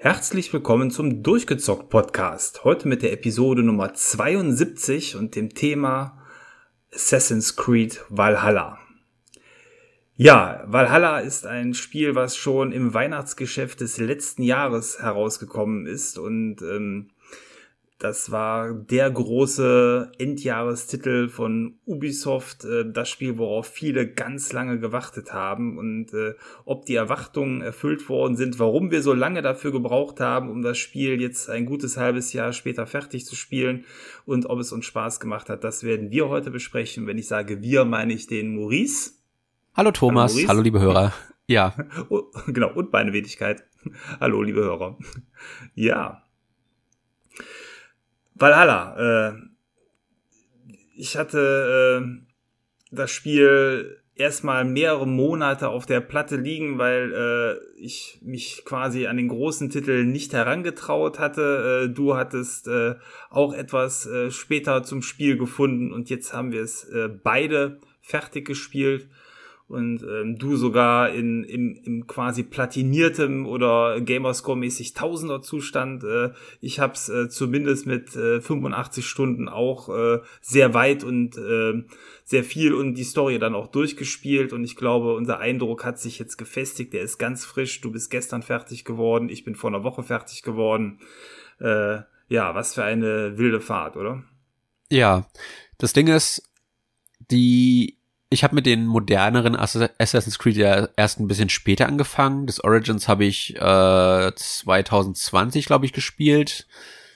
Herzlich willkommen zum Durchgezockt-Podcast. Heute mit der Episode Nummer 72 und dem Thema Assassin's Creed Valhalla. Ja, Valhalla ist ein Spiel, was schon im Weihnachtsgeschäft des letzten Jahres herausgekommen ist und das war der große Endjahrestitel von Ubisoft, das Spiel, worauf viele ganz lange gewartet haben und ob die Erwartungen erfüllt worden sind, warum wir so lange dafür gebraucht haben, um das Spiel jetzt ein gutes halbes Jahr später fertig zu spielen und ob es uns Spaß gemacht hat, das werden wir heute besprechen. Wenn ich sage wir, meine ich den Maurice. Hallo Thomas, hallo liebe Hörer. Ja. Genau, und meine Wenigkeit. Hallo liebe Hörer. Ja. Valhalla, ich hatte das Spiel erstmal mehrere Monate auf der Platte liegen, weil ich mich quasi an den großen Titel nicht herangetraut hatte. Du hattest auch etwas später zum Spiel gefunden und jetzt haben wir es beide fertig gespielt. Und du sogar im quasi platiniertem oder Gamerscore-mäßig Tausender-Zustand. Ich hab's zumindest mit 85 Stunden auch sehr weit und sehr viel und die Story dann auch durchgespielt. Und ich glaube, unser Eindruck hat sich jetzt gefestigt. Der ist ganz frisch. Du bist gestern fertig geworden. Ich bin vor einer Woche fertig geworden. Ja, was für eine wilde Fahrt, oder? Ja, das Ding ist, ich habe mit den moderneren Assassin's Creed ja erst ein bisschen später angefangen. Das Origins habe ich 2020, glaube ich, gespielt.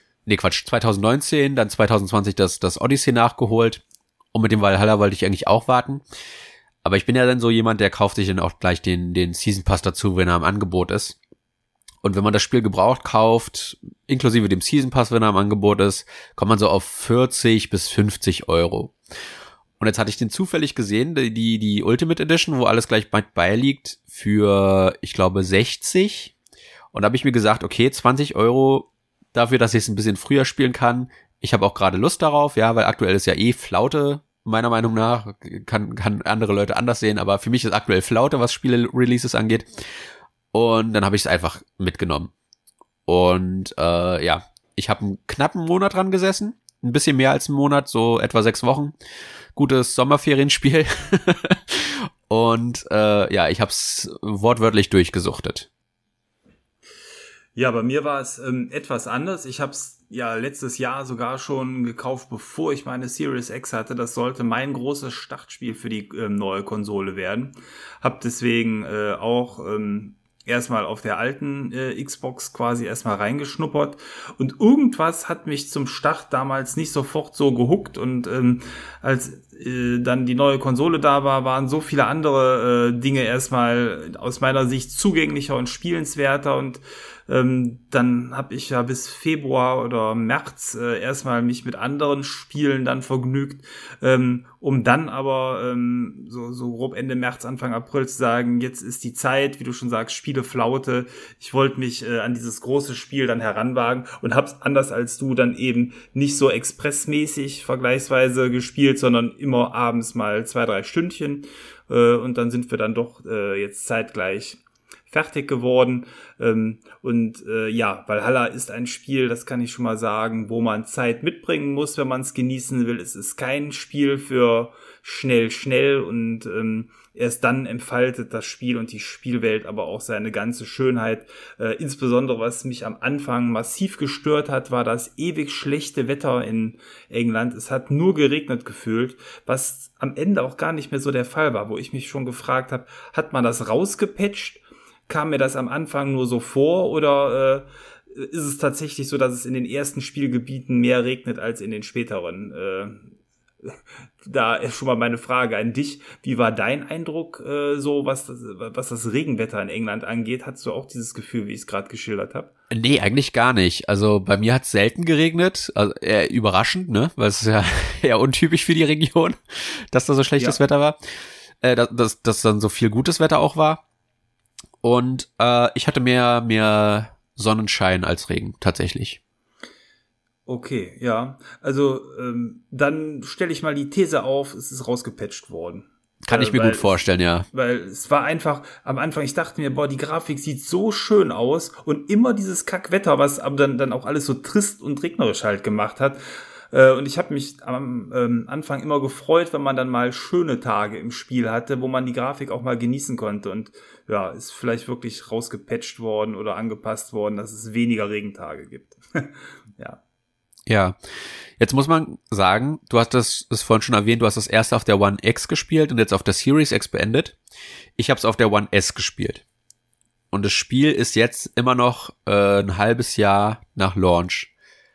2019, dann 2020 das Odyssey nachgeholt. Und mit dem Valhalla wollte ich eigentlich auch warten. Aber ich bin ja dann so jemand, der kauft sich dann auch gleich den Season Pass dazu, wenn er im Angebot ist. Und wenn man das Spiel gebraucht kauft, inklusive dem Season Pass, wenn er im Angebot ist, kommt man so auf 40 bis 50 Euro. Und jetzt hatte ich den zufällig gesehen, die Ultimate Edition, wo alles gleich beiliegt, für, ich glaube, 60. Und da habe ich mir gesagt, okay, 20 Euro dafür, dass ich es ein bisschen früher spielen kann. Ich habe auch gerade Lust darauf, ja, weil aktuell ist ja Flaute, meiner Meinung nach. Kann andere Leute anders sehen, aber für mich ist aktuell Flaute, was Spiele-Releases angeht. Und dann habe ich es einfach mitgenommen. Und ja, ich habe einen knappen Monat dran gesessen. Ein bisschen mehr als einen Monat, so etwa 6 Wochen. Gutes Sommerferienspiel. Und ja, ich hab's wortwörtlich durchgesuchtet. Ja, bei mir war es etwas anders. Ich hab's ja letztes Jahr sogar schon gekauft, bevor ich meine Series X hatte. Das sollte mein großes Startspiel für die neue Konsole werden. Hab deswegen auch erstmal auf der alten Xbox quasi erstmal reingeschnuppert und irgendwas hat mich zum Start damals nicht sofort so gehuckt und als dann die neue Konsole da war, waren so viele andere Dinge erstmal aus meiner Sicht zugänglicher und spielenswerter und dann habe ich ja bis Februar oder März erstmal mich mit anderen Spielen dann vergnügt, um dann aber so grob Ende März, Anfang April zu sagen, jetzt ist die Zeit, wie du schon sagst, Spieleflaute. Ich wollte mich an dieses große Spiel dann heranwagen und hab's anders als du dann eben nicht so expressmäßig vergleichsweise gespielt, sondern immer abends mal 2-3 Stündchen und dann sind wir dann doch jetzt zeitgleich fertig geworden und ja, Valhalla ist ein Spiel, das kann ich schon mal sagen, wo man Zeit mitbringen muss, wenn man es genießen will. Es ist kein Spiel für schnell und erst dann entfaltet das Spiel und die Spielwelt aber auch seine ganze Schönheit. Insbesondere, was mich am Anfang massiv gestört hat, war das ewig schlechte Wetter in England. Es hat nur geregnet gefühlt, was am Ende auch gar nicht mehr so der Fall war, wo ich mich schon gefragt habe, hat man das rausgepatcht? Kam mir das am Anfang nur so vor oder ist es tatsächlich so, dass es in den ersten Spielgebieten mehr regnet als in den späteren? Da ist schon mal meine Frage an dich. Wie war dein Eindruck so, was das Regenwetter in England angeht? Hattest du auch dieses Gefühl, wie ich es gerade geschildert habe? Nee, eigentlich gar nicht. Also bei mir hat es selten geregnet. Also eher überraschend, ne? Weil es ist ja eher untypisch für die Region, dass da so schlechtes Wetter war. Dass dann so viel gutes Wetter auch war. Und ich hatte mehr Sonnenschein als Regen, tatsächlich. Okay, ja. Also dann stelle ich mal die These auf, es ist rausgepatcht worden. Kann ich mir gut vorstellen, ja. Weil es war einfach, am Anfang, ich dachte mir, boah, die Grafik sieht so schön aus und immer dieses Kackwetter, was aber dann auch alles so trist und regnerisch halt gemacht hat. Und ich habe mich am Anfang immer gefreut, wenn man dann mal schöne Tage im Spiel hatte, wo man die Grafik auch mal genießen konnte. Und ja, ist vielleicht wirklich rausgepatcht worden oder angepasst worden, dass es weniger Regentage gibt. Ja. Ja. Jetzt muss man sagen, du hast das vorhin schon erwähnt, du hast das erste auf der One X gespielt und jetzt auf der Series X beendet. Ich habe es auf der One S gespielt. Und das Spiel ist jetzt immer noch ein halbes Jahr nach Launch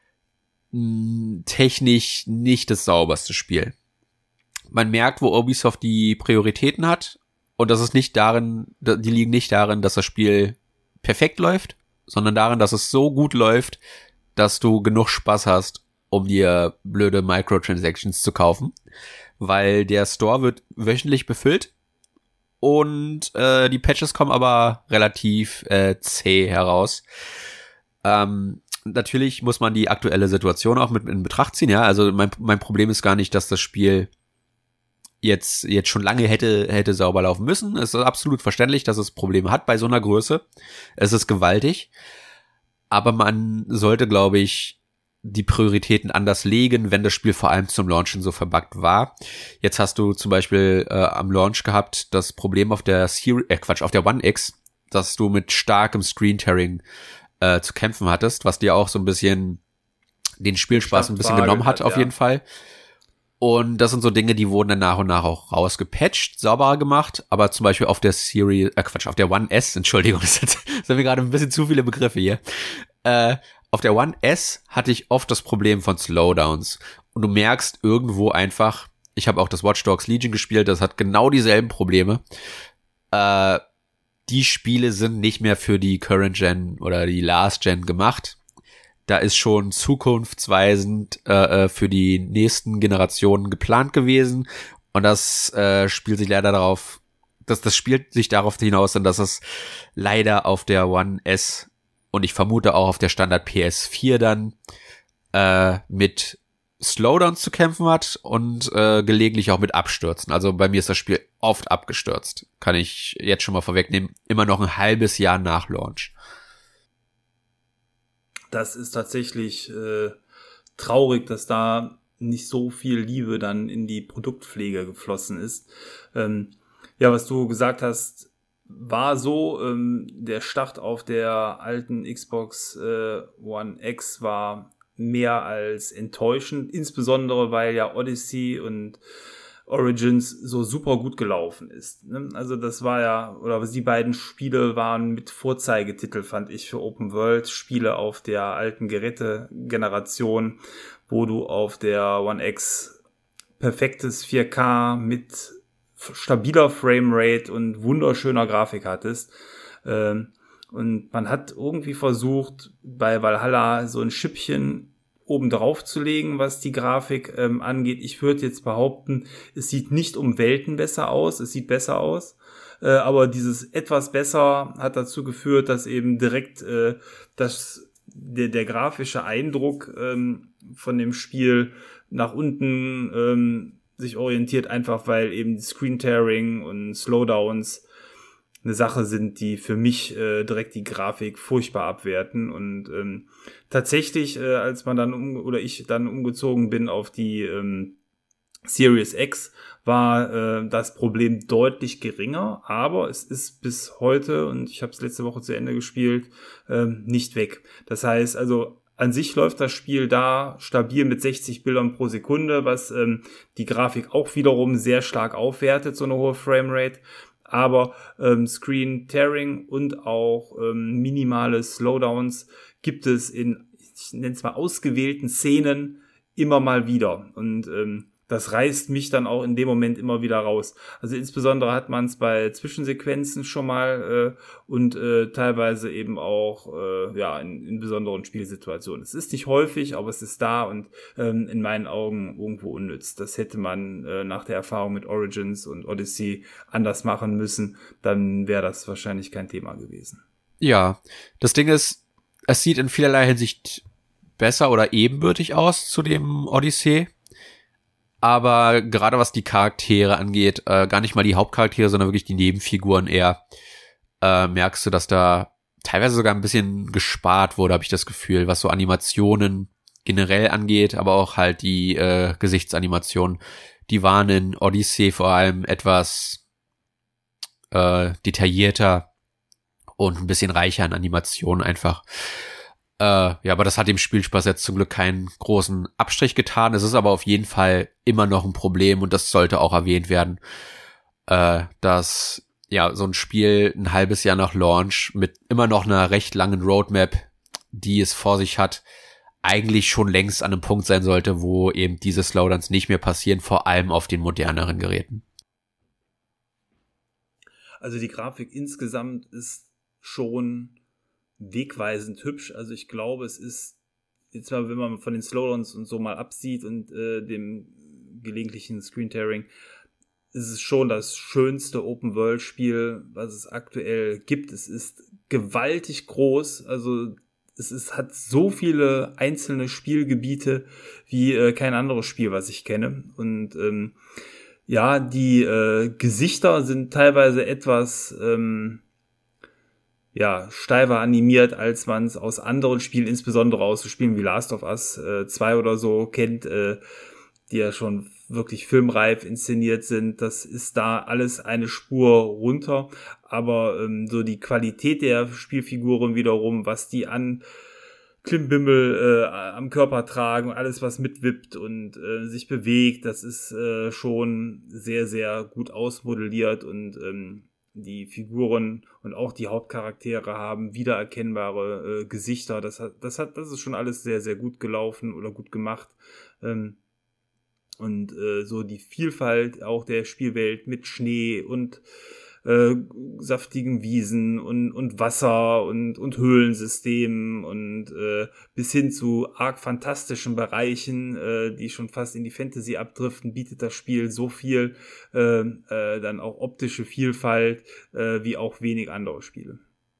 technisch nicht das sauberste Spiel. Man merkt, wo Ubisoft die Prioritäten hat und das ist nicht darin, die liegen nicht darin, dass das Spiel perfekt läuft, sondern darin, dass es so gut läuft, dass du genug Spaß hast, um dir blöde Microtransactions zu kaufen, weil der Store wird wöchentlich befüllt und die Patches kommen aber relativ zäh heraus. Natürlich muss man die aktuelle Situation auch mit in Betracht ziehen, ja. Also mein Problem ist gar nicht, dass das Spiel jetzt schon lange hätte sauber laufen müssen. Es ist absolut verständlich, dass es Probleme hat bei so einer Größe. Es ist gewaltig. Aber man sollte, glaube ich, die Prioritäten anders legen, wenn das Spiel vor allem zum Launchen so verbuggt war. Jetzt hast du zum Beispiel am Launch gehabt das Problem auf der auf der One X, dass du mit starkem Screen-Tearing zu kämpfen hattest, was dir auch so ein bisschen den Spielspaß ein bisschen genommen hat, auf jeden Fall. Und das sind so Dinge, die wurden dann nach und nach auch rausgepatcht, sauberer gemacht, aber zum Beispiel auf der auf der One S, Entschuldigung, das sind mir gerade ein bisschen zu viele Begriffe hier. Auf der One S hatte ich oft das Problem von Slowdowns. Und du merkst irgendwo einfach, ich habe auch das Watch Dogs Legion gespielt, das hat genau dieselben Probleme. Die Spiele sind nicht mehr für die Current Gen oder die Last Gen gemacht. Da ist schon zukunftsweisend für die nächsten Generationen geplant gewesen. Und das spielt sich leider darauf, das spielt sich darauf hinaus, dass es leider auf der One S und ich vermute auch auf der Standard PS4 dann mit Slowdowns zu kämpfen hat und gelegentlich auch mit Abstürzen. Also bei mir ist das Spiel oft abgestürzt. Kann ich jetzt schon mal vorwegnehmen. Immer noch ein halbes Jahr nach Launch. Das ist tatsächlich traurig, dass da nicht so viel Liebe dann in die Produktpflege geflossen ist. Ja, was du gesagt hast, war so, der Start auf der alten Xbox One X war mehr als enttäuschend, insbesondere weil ja Odyssey und Origins so super gut gelaufen ist. Also das war ja, oder die beiden Spiele waren mit Vorzeigetitel, fand ich, für Open-World-Spiele auf der alten Gerätegeneration, wo du auf der One X perfektes 4K mit stabiler Framerate und wunderschöner Grafik hattest. Und man hat irgendwie versucht, bei Valhalla so ein Schippchen oben drauf zu legen, was die Grafik angeht. Ich würde jetzt behaupten, es sieht nicht um Welten besser aus, es sieht besser aus. Aber dieses etwas besser hat dazu geführt, dass eben direkt der grafische Eindruck von dem Spiel nach unten sich orientiert, einfach weil eben Screen Tearing und Slowdowns eine Sache sind, die für mich direkt die Grafik furchtbar abwerten. Und tatsächlich, als man dann ich dann umgezogen bin auf die Series X, war das Problem deutlich geringer, aber es ist bis heute, und ich habe es letzte Woche zu Ende gespielt, nicht weg. Das heißt also, an sich läuft das Spiel da stabil mit 60 Bildern pro Sekunde, was die Grafik auch wiederum sehr stark aufwertet, so eine hohe Framerate. Aber Screen Tearing und auch minimale Slowdowns gibt es in, ich nenne es mal, ausgewählten Szenen immer mal wieder. Und das reißt mich dann auch in dem Moment immer wieder raus. Also insbesondere hat man es bei Zwischensequenzen schon mal und teilweise eben auch in besonderen Spielsituationen. Es ist nicht häufig, aber es ist da und in meinen Augen irgendwo unnütz. Das hätte man nach der Erfahrung mit Origins und Odyssey anders machen müssen. Dann wäre das wahrscheinlich kein Thema gewesen. Ja, das Ding ist, es sieht in vielerlei Hinsicht besser oder ebenbürtig aus zu dem Odyssey. aber gerade was die Charaktere angeht, gar nicht mal die Hauptcharaktere, sondern wirklich die Nebenfiguren eher, merkst du, dass da teilweise sogar ein bisschen gespart wurde, habe ich das Gefühl, was so Animationen generell angeht, aber auch halt die Gesichtsanimationen. Die waren in Odyssey vor allem etwas detaillierter und ein bisschen reicher an Animationen einfach. Ja, aber das hat dem Spielspaß jetzt zum Glück keinen großen Abstrich getan. Es ist aber auf jeden Fall immer noch ein Problem und das sollte auch erwähnt werden, dass ja so ein Spiel ein halbes Jahr nach Launch mit immer noch einer recht langen Roadmap, die es vor sich hat, eigentlich schon längst an einem Punkt sein sollte, wo eben diese Slowdowns nicht mehr passieren, vor allem auf den moderneren Geräten. Also die Grafik insgesamt ist schon wegweisend hübsch. Also ich glaube, es ist, jetzt mal, wenn man von den Slowdowns und so mal absieht und dem gelegentlichen Screen-Tearing, ist es schon das schönste Open-World-Spiel, was es aktuell gibt. Es ist gewaltig groß, also hat so viele einzelne Spielgebiete wie kein anderes Spiel, was ich kenne. Und ja, die Gesichter sind teilweise etwas steifer animiert, als man es aus anderen Spielen, insbesondere aus so Spielen wie Last of Us 2 oder so kennt, die ja schon wirklich filmreif inszeniert sind. Das ist da alles eine Spur runter, aber so die Qualität der Spielfiguren wiederum, was die an Klimbimmel am Körper tragen, alles was mitwippt und sich bewegt, das ist schon sehr, sehr gut ausmodelliert und die Figuren und auch die Hauptcharaktere haben wiedererkennbare Gesichter. Das ist schon alles sehr, sehr gut gelaufen oder gut gemacht. Und so die Vielfalt auch der Spielwelt mit Schnee und saftigen Wiesen und Wasser und Höhlensystemen und bis hin zu arg fantastischen Bereichen, die schon fast in die Fantasy abdriften, bietet das Spiel so viel dann auch optische Vielfalt wie auch wenig andere Spiele.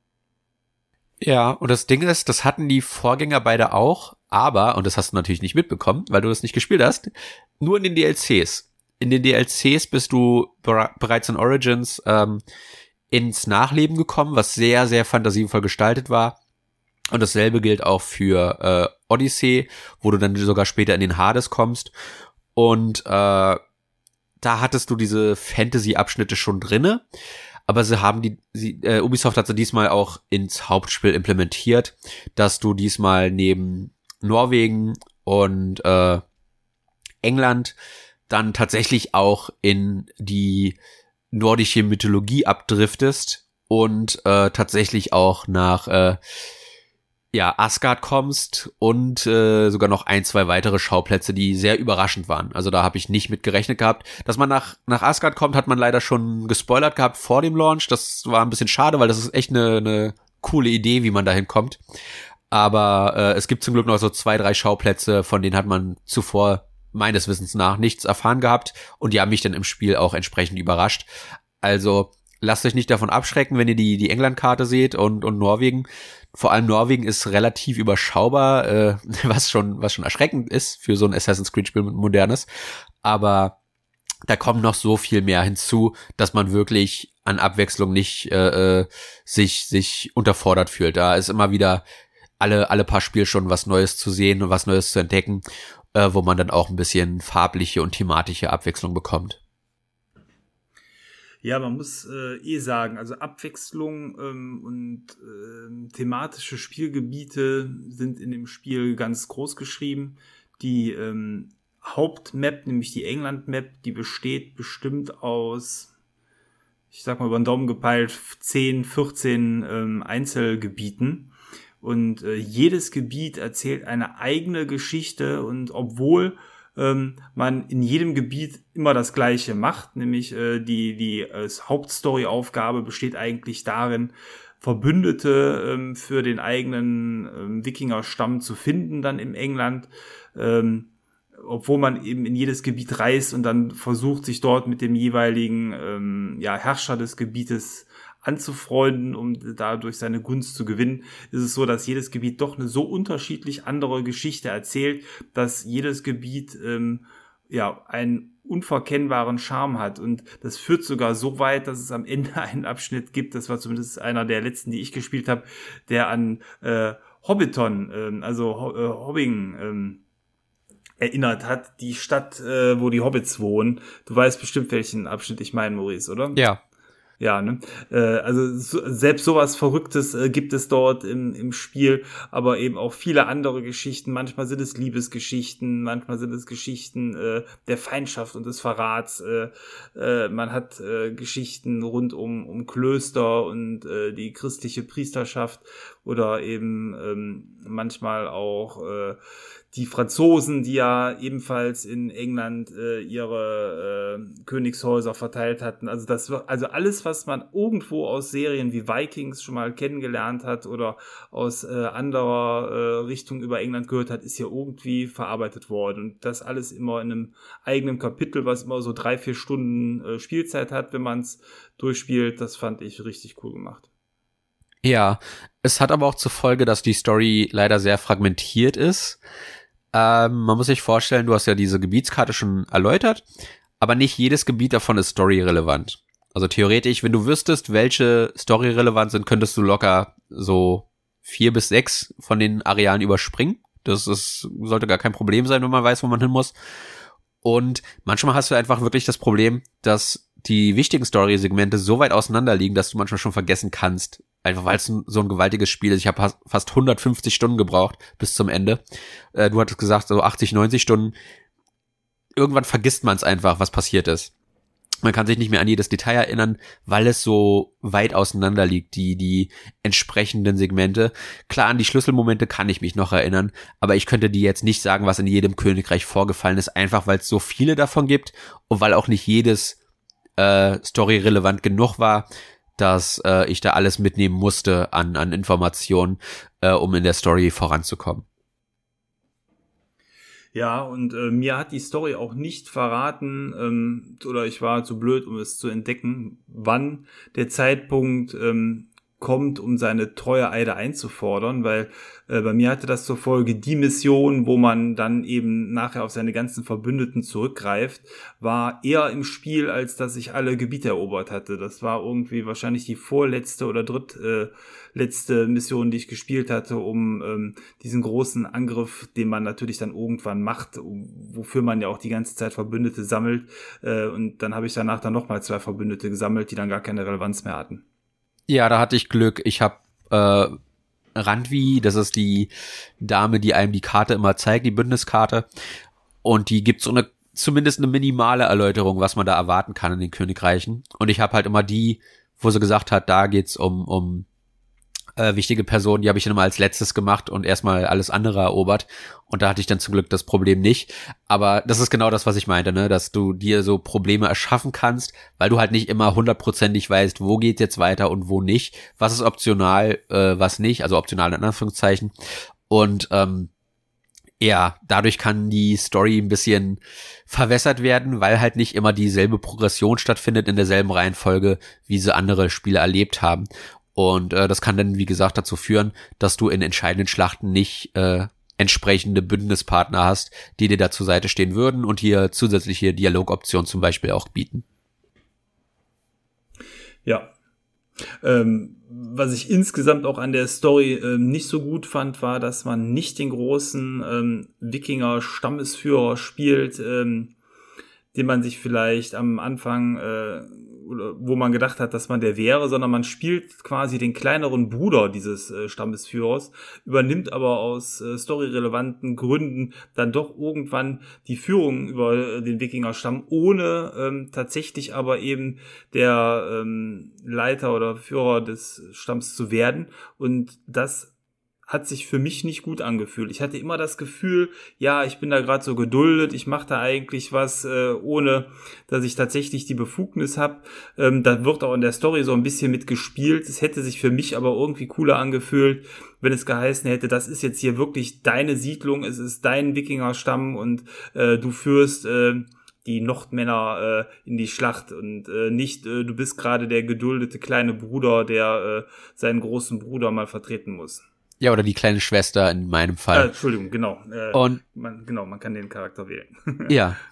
Ja, und das Ding ist, das hatten die Vorgänger beide auch, aber, und das hast du natürlich nicht mitbekommen, weil du das nicht gespielt hast, nur in den DLCs. In den DLCs bist du bereits in Origins ins Nachleben gekommen, was sehr, sehr fantasievoll gestaltet war. Und dasselbe gilt auch für Odyssey, wo du dann sogar später in den Hades kommst. Und da hattest du diese Fantasy-Abschnitte schon drinne. Aber Ubisoft hat sie diesmal auch ins Hauptspiel implementiert, dass du diesmal neben Norwegen und England dann tatsächlich auch in die nordische Mythologie abdriftest und tatsächlich auch nach Asgard kommst und sogar noch 1, 2 weitere Schauplätze, die sehr überraschend waren. Also da habe ich nicht mit gerechnet gehabt. Dass man nach Asgard kommt, hat man leider schon gespoilert gehabt vor dem Launch. Das war ein bisschen schade, weil das ist echt eine coole Idee, wie man dahin kommt. Aber es gibt zum Glück noch so 2, 3 Schauplätze, von denen hat man zuvor meines Wissens nach nichts erfahren gehabt und die haben mich dann im Spiel auch entsprechend überrascht. Also lasst euch nicht davon abschrecken, wenn ihr die England-Karte seht und Norwegen. Vor allem Norwegen ist relativ überschaubar, was schon erschreckend ist für so ein Assassin's Creed-Spiel mit modernes. Aber da kommt noch so viel mehr hinzu, dass man wirklich an Abwechslung nicht sich unterfordert fühlt. Da ist immer wieder alle paar Spielstunden was Neues zu sehen und was Neues zu entdecken, wo man dann auch ein bisschen farbliche und thematische Abwechslung bekommt. Ja, man muss sagen, also Abwechslung und thematische Spielgebiete sind in dem Spiel ganz groß geschrieben. Die Hauptmap, nämlich die England-Map, die besteht bestimmt aus, ich sag mal über den Daumen gepeilt, 10, 14 Einzelgebieten. Und jedes Gebiet erzählt eine eigene Geschichte und obwohl man in jedem Gebiet immer das Gleiche macht, nämlich die Hauptstory-Aufgabe besteht eigentlich darin, Verbündete für den eigenen Wikinger-Stamm zu finden dann in England, obwohl man eben in jedes Gebiet reist und dann versucht, sich dort mit dem jeweiligen Herrscher des Gebietes anzufreunden, um dadurch seine Gunst zu gewinnen, ist es so, dass jedes Gebiet doch eine so unterschiedlich andere Geschichte erzählt, dass jedes Gebiet einen unverkennbaren Charme hat. Und das führt sogar so weit, dass es am Ende einen Abschnitt gibt, das war zumindest einer der letzten, die ich gespielt habe, der an Hobbiton, Hobbing, erinnert hat, die Stadt, wo die Hobbits wohnen. Du weißt bestimmt, welchen Abschnitt ich meine, Maurice, oder? Ja. Ja, ne? Selbst sowas Verrücktes gibt es dort im Spiel, aber eben auch viele andere Geschichten. Manchmal sind es Liebesgeschichten, manchmal sind es Geschichten der Feindschaft und des Verrats. Man hat Geschichten rund um Klöster und die christliche Priesterschaft oder eben manchmal auch die Franzosen, die ja ebenfalls in England ihre Königshäuser verteilt hatten. Also alles, was man irgendwo aus Serien wie Vikings schon mal kennengelernt hat oder aus anderer Richtung über England gehört hat, ist hier irgendwie verarbeitet worden. Und das alles immer in einem eigenen Kapitel, was immer so 3-4 Stunden Spielzeit hat, wenn man es durchspielt. Das fand ich richtig cool gemacht. Ja, es hat aber auch zur Folge, dass die Story leider sehr fragmentiert ist. Man muss sich vorstellen, du hast ja diese Gebietskarte schon erläutert, aber nicht jedes Gebiet davon ist storyrelevant. Also theoretisch, wenn du wüsstest, welche storyrelevant sind, könntest du locker so 4 bis 6 von den Arealen überspringen. Sollte gar kein Problem sein, wenn man weiß, wo man hin muss. Und manchmal hast du einfach wirklich das Problem, dass die wichtigen Story-Segmente so weit auseinander liegen, dass du manchmal schon vergessen kannst. Einfach weil es so ein gewaltiges Spiel ist. Ich habe fast 150 Stunden gebraucht bis zum Ende. Du hattest gesagt, so 80, 90 Stunden. Irgendwann vergisst man es einfach, was passiert ist. Man kann sich nicht mehr an jedes Detail erinnern, weil es so weit auseinander liegt, die entsprechenden Segmente. Klar, an die Schlüsselmomente kann ich mich noch erinnern, aber ich könnte dir jetzt nicht sagen, was in jedem Königreich vorgefallen ist, einfach weil es so viele davon gibt und weil auch nicht jedes Story relevant genug war, dass ich da alles mitnehmen musste an Informationen, um in der Story voranzukommen. Ja, und mir hat die Story auch nicht verraten, oder ich war zu blöd, um es zu entdecken, wann der Zeitpunkt kommt, um seine treue Eide einzufordern, weil bei mir hatte das zur Folge, die Mission, wo man dann eben nachher auf seine ganzen Verbündeten zurückgreift, war eher im Spiel, als dass ich alle Gebiete erobert hatte. Das war irgendwie wahrscheinlich die vorletzte oder drittletzte Mission, die ich gespielt hatte, um diesen großen Angriff, den man natürlich dann irgendwann macht, wofür man ja auch die ganze Zeit Verbündete sammelt. Und dann habe ich danach dann nochmal 2 Verbündete gesammelt, die dann gar keine Relevanz mehr hatten. Ja, da hatte ich Glück. Ich habe Randvi, das ist die Dame, die einem die Karte immer zeigt, die Bündniskarte. Und die gibt so zumindest eine minimale Erläuterung, was man da erwarten kann in den Königreichen. Und ich habe halt immer die, wo sie gesagt hat, da geht's um wichtige Personen, die habe ich dann immer als letztes gemacht und erstmal alles andere erobert. Und da hatte ich dann zum Glück das Problem nicht. Aber das ist genau das, was ich meinte, ne? Dass du dir so Probleme erschaffen kannst, weil du halt nicht immer 100%ig weißt, wo geht jetzt weiter und wo nicht. Was ist optional, was nicht. Also optional in Anführungszeichen. Und ja, dadurch kann die Story ein bisschen verwässert werden, weil halt nicht immer dieselbe Progression stattfindet in derselben Reihenfolge, wie sie andere Spiele erlebt haben. Und das kann dann, wie gesagt, dazu führen, dass du in entscheidenden Schlachten nicht entsprechende Bündnispartner hast, die dir da zur Seite stehen würden und hier zusätzliche Dialogoptionen zum Beispiel auch bieten. Ja. Was ich insgesamt auch an der Story nicht so gut fand, war, dass man nicht den großen Wikinger-Stammesführer spielt, den man sich vielleicht am Anfang wo man gedacht hat, dass man der wäre, sondern man spielt quasi den kleineren Bruder dieses Stammesführers, übernimmt aber aus storyrelevanten Gründen dann doch irgendwann die Führung über den Wikingerstamm, ohne tatsächlich aber eben der Leiter oder Führer des Stamms zu werden. Und das hat sich für mich nicht gut angefühlt. Ich hatte immer das Gefühl, ja, ich bin da gerade so geduldet, ich mache da eigentlich was, ohne dass ich tatsächlich die Befugnis habe. Da wird auch in der Story so ein bisschen mitgespielt. Es hätte sich für mich aber irgendwie cooler angefühlt, wenn es geheißen hätte, das ist jetzt hier wirklich deine Siedlung, es ist dein Wikingerstamm und du führst die Nordmänner in die Schlacht und nicht, du bist gerade der geduldete kleine Bruder, der seinen großen Bruder mal vertreten muss. Ja, oder die kleine Schwester in meinem Fall. Entschuldigung, genau. Und man kann den Charakter wählen. Ja,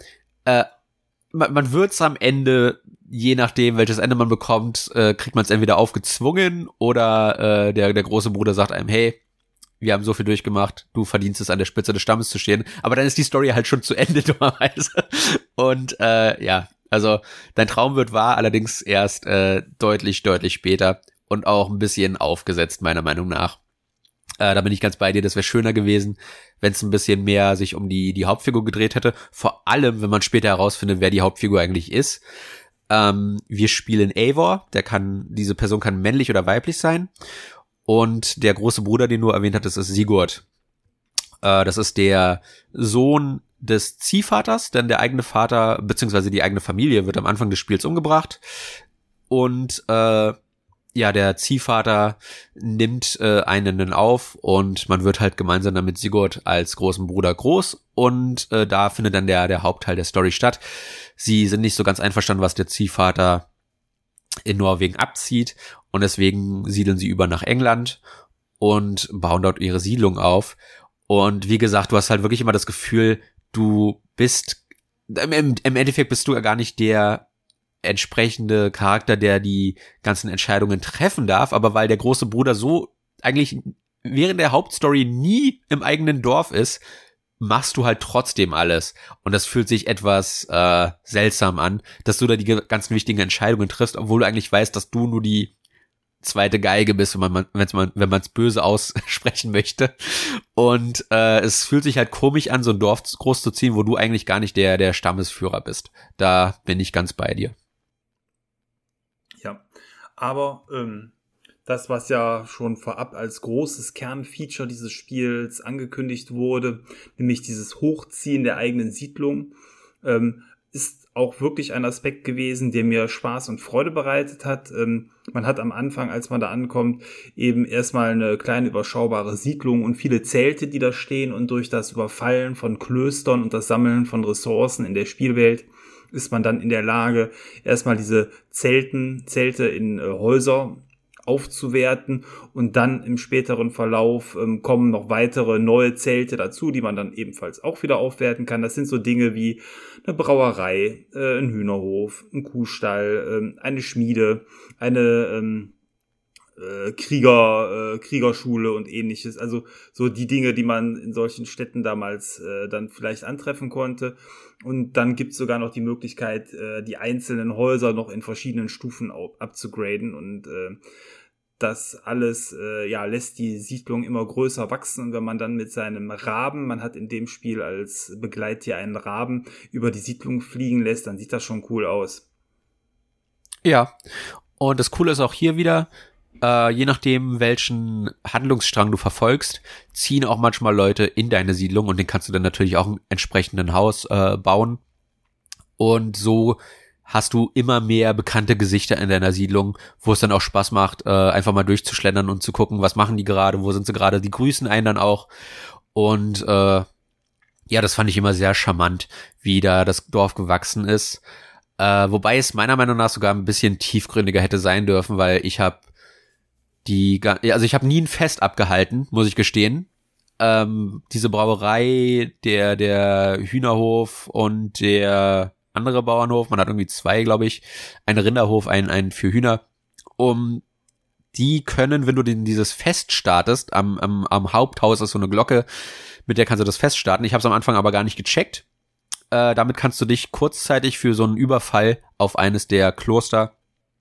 Man wird's am Ende, je nachdem, welches Ende man bekommt, kriegt man es entweder aufgezwungen oder der große Bruder sagt einem, hey, wir haben so viel durchgemacht, du verdienst es, an der Spitze des Stammes zu stehen. Aber dann ist die Story halt schon zu Ende, dummerweise. Und ja, also dein Traum wird wahr, allerdings erst deutlich später und auch ein bisschen aufgesetzt, meiner Meinung nach. Da bin ich ganz bei dir, das wäre schöner gewesen, wenn es ein bisschen mehr sich um die Hauptfigur gedreht hätte. Vor allem, wenn man später herausfindet, wer die Hauptfigur eigentlich ist. Wir spielen Eivor, diese Person kann männlich oder weiblich sein. Und der große Bruder, den du erwähnt hattest, ist Sigurd. Das ist der Sohn des Ziehvaters, denn der eigene Vater, beziehungsweise die eigene Familie wird am Anfang des Spiels umgebracht. Und ja, der Ziehvater nimmt einen auf und man wird halt gemeinsam dann mit Sigurd als großen Bruder groß und da findet dann der Hauptteil der Story statt. Sie sind nicht so ganz einverstanden, was der Ziehvater in Norwegen abzieht und deswegen siedeln sie über nach England und bauen dort ihre Siedlung auf. Und wie gesagt, du hast halt wirklich immer das Gefühl, du bist, im Endeffekt bist du ja gar nicht der entsprechende Charakter, der die ganzen Entscheidungen treffen darf, aber weil der große Bruder so eigentlich während der Hauptstory nie im eigenen Dorf ist, machst du halt trotzdem alles. Und das fühlt sich etwas seltsam an, dass du da die ganzen wichtigen Entscheidungen triffst, obwohl du eigentlich weißt, dass du nur die zweite Geige bist, wenn man es böse aussprechen möchte. Und es fühlt sich halt komisch an, so ein Dorf groß zu ziehen, wo du eigentlich gar nicht der Stammesführer bist. Da bin ich ganz bei dir. Ja, aber das, was ja schon vorab als großes Kernfeature dieses Spiels angekündigt wurde, nämlich dieses Hochziehen der eigenen Siedlung, ist auch wirklich ein Aspekt gewesen, der mir Spaß und Freude bereitet hat. Man hat am Anfang, als man da ankommt, eben erstmal eine kleine überschaubare Siedlung und viele Zelte, die da stehen, und durch das Überfallen von Klöstern und das Sammeln von Ressourcen in der Spielwelt ist man dann in der Lage, erstmal diese Zelte in Häuser aufzuwerten, und dann im späteren Verlauf kommen noch weitere neue Zelte dazu, die man dann ebenfalls auch wieder aufwerten kann. Das sind so Dinge wie eine Brauerei, ein Hühnerhof, ein Kuhstall, eine Schmiede, eine Kriegerschule und ähnliches. Also so die Dinge, die man in solchen Städten damals dann vielleicht antreffen konnte. Und dann gibt's sogar noch die Möglichkeit, die einzelnen Häuser noch in verschiedenen Stufen abzugraden, und das alles lässt die Siedlung immer größer wachsen. Und wenn man dann mit seinem Raben, man hat in dem Spiel als Begleittier einen Raben, über die Siedlung fliegen lässt, dann sieht das schon cool aus. Ja, und das Coole ist auch hier wieder, je nachdem, welchen Handlungsstrang du verfolgst, ziehen auch manchmal Leute in deine Siedlung und den kannst du dann natürlich auch im entsprechenden Haus bauen. Und so hast du immer mehr bekannte Gesichter in deiner Siedlung, wo es dann auch Spaß macht, einfach mal durchzuschlendern und zu gucken, was machen die gerade, wo sind sie gerade, die grüßen einen dann auch. Und ja, das fand ich immer sehr charmant, wie da das Dorf gewachsen ist. Wobei es meiner Meinung nach sogar ein bisschen tiefgründiger hätte sein dürfen, weil ich habe ich habe nie ein Fest abgehalten, muss ich gestehen. Diese Brauerei, der Hühnerhof und der andere Bauernhof, man hat irgendwie zwei, glaube ich, ein Rinderhof, einen für Hühner. Die können, wenn du dieses Fest startest, am Haupthaus ist so eine Glocke, mit der kannst du das Fest starten. Ich habe es am Anfang aber gar nicht gecheckt. Damit kannst du dich kurzzeitig für so einen Überfall auf eines der Kloster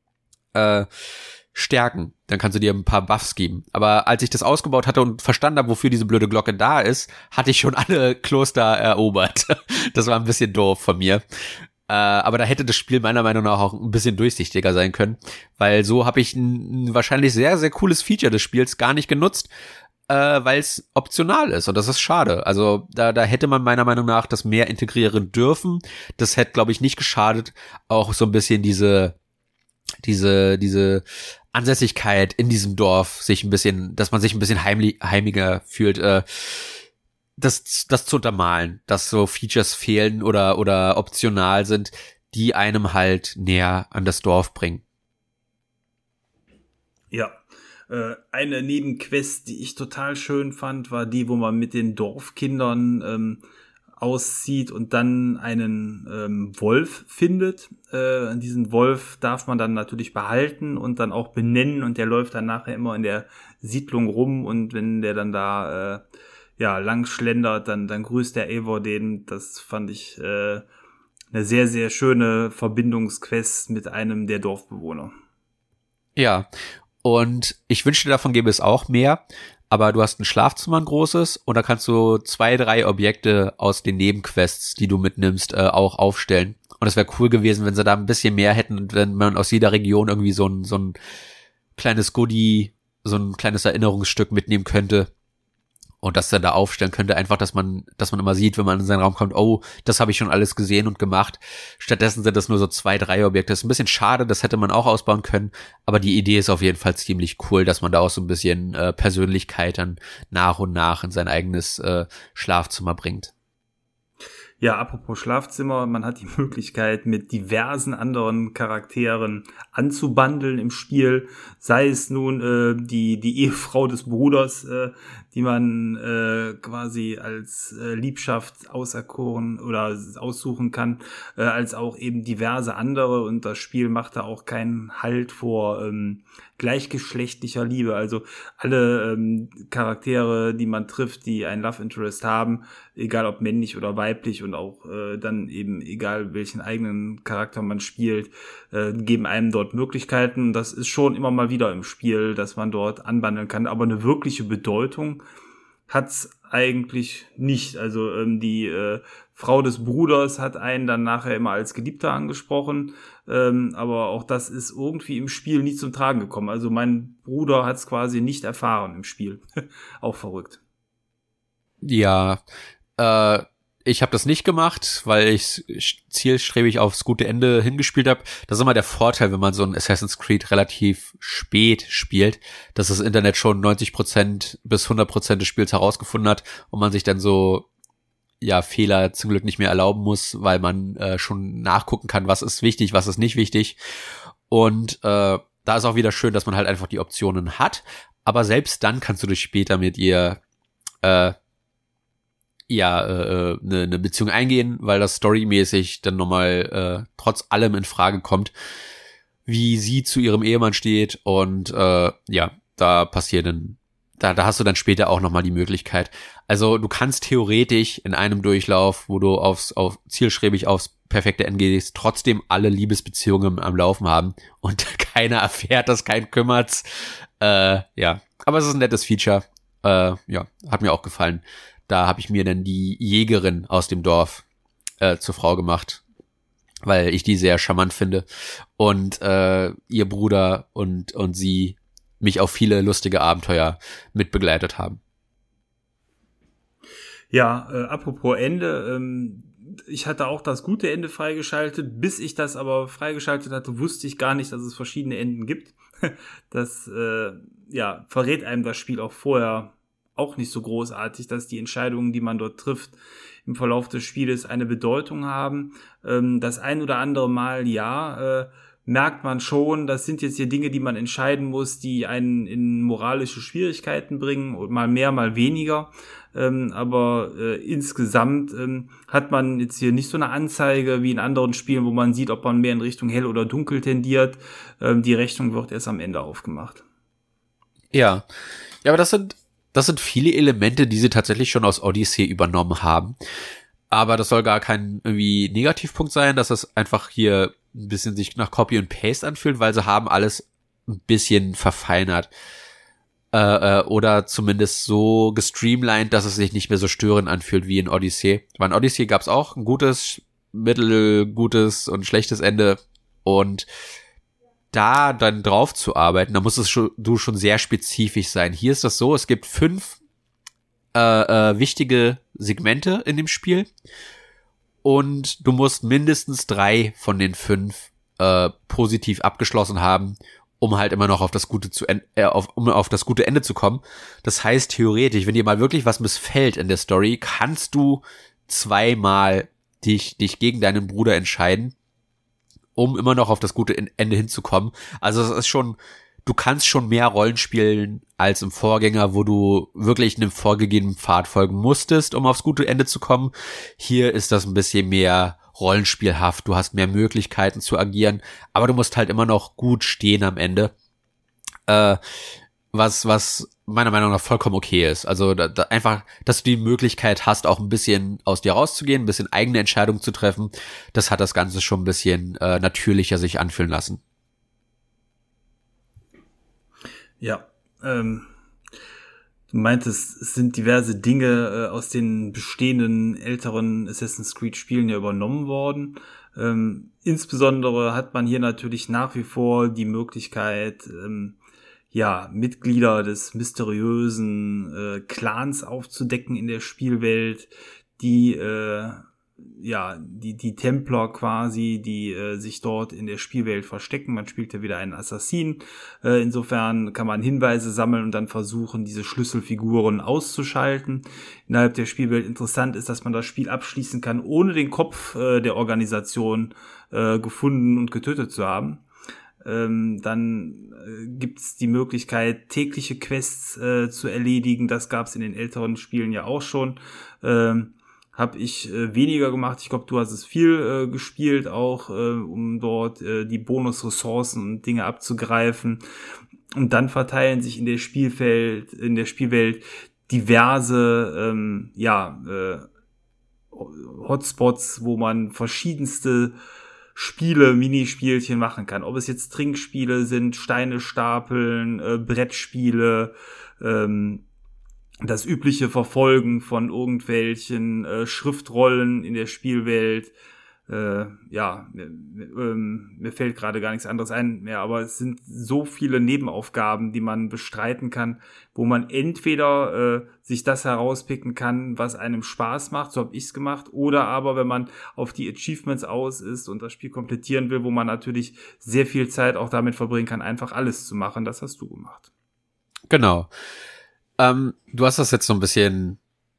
stärken. Dann kannst du dir ein paar Buffs geben. Aber als ich das ausgebaut hatte und verstanden habe, wofür diese blöde Glocke da ist, hatte ich schon alle Kloster erobert. Das war ein bisschen doof von mir. Aber da hätte das Spiel meiner Meinung nach auch ein bisschen durchsichtiger sein können, weil so habe ich ein wahrscheinlich sehr, sehr cooles Feature des Spiels gar nicht genutzt, weil es optional ist, und das ist schade. Also da hätte man meiner Meinung nach das mehr integrieren dürfen. Das hätte, glaube ich, nicht geschadet, auch so ein bisschen diese Ansässigkeit in diesem Dorf dass man sich ein bisschen heimiger fühlt, das zu untermalen, dass so Features fehlen oder optional sind, die einem halt näher an das Dorf bringen. Ja, eine Nebenquest, die ich total schön fand, war die, wo man mit den Dorfkindern auszieht und dann einen Wolf findet. Diesen Wolf darf man dann natürlich behalten und dann auch benennen und der läuft dann nachher immer in der Siedlung rum und wenn der dann da lang schlendert, dann grüßt der Eivor den. Das fand ich eine sehr, sehr schöne Verbindungsquest mit einem der Dorfbewohner. Ja, und ich wünschte, davon gäbe es auch mehr, aber du hast ein Schlafzimmer, ein großes, und da kannst du 2, 3 Objekte aus den Nebenquests, die du mitnimmst, auch aufstellen. Und es wäre cool gewesen, wenn sie da ein bisschen mehr hätten und wenn man aus jeder Region irgendwie so ein kleines Goodie, so ein kleines Erinnerungsstück mitnehmen könnte. Und das dann da aufstellen könnte, einfach, dass man immer sieht, wenn man in seinen Raum kommt, oh, das habe ich schon alles gesehen und gemacht. Stattdessen sind das nur so 2, 3 Objekte. Das ist ein bisschen schade, das hätte man auch ausbauen können. Aber die Idee ist auf jeden Fall ziemlich cool, dass man da auch so ein bisschen Persönlichkeit dann nach und nach in sein eigenes Schlafzimmer bringt. Ja, apropos Schlafzimmer, man hat die Möglichkeit, mit diversen anderen Charakteren anzubandeln im Spiel. Sei es nun die Ehefrau des Bruders, die man quasi als Liebschaft auserkoren oder aussuchen kann, als auch eben diverse andere. Und das Spiel macht da auch keinen Halt vor gleichgeschlechtlicher Liebe. Also alle Charaktere, die man trifft, die ein Love Interest haben, egal ob männlich oder weiblich und auch dann eben egal welchen eigenen Charakter man spielt, geben einem dort Möglichkeiten. Das ist schon immer mal wieder im Spiel, dass man dort anbandeln kann, aber eine wirkliche Bedeutung hat's eigentlich nicht. Also die Frau des Bruders hat einen dann nachher immer als Geliebter angesprochen, aber auch das ist irgendwie im Spiel nie zum Tragen gekommen. Also mein Bruder hat's quasi nicht erfahren im Spiel. Auch verrückt. Ja, ich habe das nicht gemacht, weil ich zielstrebig aufs gute Ende hingespielt habe. Das ist immer der Vorteil, wenn man so ein Assassin's Creed relativ spät spielt, dass das Internet schon 90% bis 100% des Spiels herausgefunden hat und man sich dann so Fehler zum Glück nicht mehr erlauben muss, weil man schon nachgucken kann, was ist wichtig, was ist nicht wichtig. Und da ist auch wieder schön, dass man halt einfach die Optionen hat. Aber selbst dann kannst du dich später mit ihr eine Beziehung eingehen, weil das storymäßig dann nochmal trotz allem in Frage kommt, wie sie zu ihrem Ehemann steht und da passiert dann, da hast du dann später auch nochmal die Möglichkeit. Also du kannst theoretisch in einem Durchlauf, wo du zielstrebig aufs perfekte Ende gehst, trotzdem alle Liebesbeziehungen am Laufen haben und keiner erfährt das, kein kümmert's. Aber es ist ein nettes Feature. Hat mir auch gefallen. Da habe ich mir dann die Jägerin aus dem Dorf zur Frau gemacht, weil ich die sehr charmant finde und ihr Bruder und sie mich auf viele lustige Abenteuer mitbegleitet haben. Ja, apropos Ende, ich hatte auch das gute Ende freigeschaltet. Bis ich das aber freigeschaltet hatte, wusste ich gar nicht, dass es verschiedene Enden gibt. Das verrät einem das Spiel auch vorher auch nicht so großartig, dass die Entscheidungen, die man dort trifft, im Verlauf des Spieles eine Bedeutung haben. Das ein oder andere Mal, merkt man schon, das sind jetzt hier Dinge, die man entscheiden muss, die einen in moralische Schwierigkeiten bringen, mal mehr, mal weniger. Aber insgesamt hat man jetzt hier nicht so eine Anzeige wie in anderen Spielen, wo man sieht, ob man mehr in Richtung hell oder dunkel tendiert. Die Rechnung wird erst am Ende aufgemacht. Ja, aber das sind viele Elemente, die sie tatsächlich schon aus Odyssey übernommen haben. Aber das soll gar kein irgendwie Negativpunkt sein, dass es einfach hier ein bisschen sich nach Copy and Paste anfühlt, weil sie haben alles ein bisschen verfeinert. Oder zumindest so gestreamlined, dass es sich nicht mehr so störend anfühlt wie in Odyssey. Weil in Odyssey gab es auch ein gutes, mittelgutes und schlechtes Ende. Und da dann drauf zu arbeiten, da muss du schon sehr spezifisch sein. Hier ist das so, es gibt 5 wichtige Segmente in dem Spiel und du musst mindestens 3 von den 5 positiv abgeschlossen haben, um halt immer noch auf das gute auf das gute Ende zu kommen. Das heißt theoretisch, wenn dir mal wirklich was missfällt in der Story, kannst du 2-mal dich gegen deinen Bruder entscheiden, um immer noch auf das gute Ende hinzukommen. Also es ist schon du kannst schon mehr Rollen spielen als im Vorgänger, wo du wirklich einem vorgegebenen Pfad folgen musstest, um aufs gute Ende zu kommen. Hier ist das ein bisschen mehr rollenspielhaft, du hast mehr Möglichkeiten zu agieren, aber du musst halt immer noch gut stehen am Ende. Was meiner Meinung nach vollkommen okay ist. Also da einfach, dass du die Möglichkeit hast, auch ein bisschen aus dir rauszugehen, ein bisschen eigene Entscheidungen zu treffen, das hat das Ganze schon ein bisschen natürlicher sich anfühlen lassen. Ja, du meintest, es sind diverse Dinge aus den bestehenden älteren Assassin's Creed Spielen ja übernommen worden. Insbesondere hat man hier natürlich nach wie vor die Möglichkeit, Mitglieder des mysteriösen Clans aufzudecken in der Spielwelt, die Templer quasi, die sich dort in der Spielwelt verstecken. Man spielt ja wieder einen Assassinen. Insofern kann man Hinweise sammeln und dann versuchen, diese Schlüsselfiguren auszuschalten. Innerhalb der Spielwelt interessant ist, dass man das Spiel abschließen kann, ohne den Kopf der Organisation gefunden und getötet zu haben. Dann gibt's die Möglichkeit, tägliche Quests zu erledigen. Das gab's in den älteren Spielen ja auch schon. Habe ich weniger gemacht. Ich glaube, du hast es viel gespielt, auch um dort die Bonusressourcen und Dinge abzugreifen. Und dann verteilen sich in der Spielwelt diverse Hotspots, wo man verschiedenste Spiele, Minispielchen machen kann. Ob es jetzt Trinkspiele sind, Steine stapeln, Brettspiele, das übliche Verfolgen von irgendwelchen Schriftrollen in der Spielwelt. Mir fällt gerade gar nichts anderes ein mehr, aber es sind so viele Nebenaufgaben, die man bestreiten kann, wo man entweder sich das herauspicken kann, was einem Spaß macht, so habe ich's gemacht, oder aber, wenn man auf die Achievements aus ist und das Spiel komplettieren will, wo man natürlich sehr viel Zeit auch damit verbringen kann, einfach alles zu machen. Das hast du gemacht. Genau. Du hast das jetzt so ein bisschen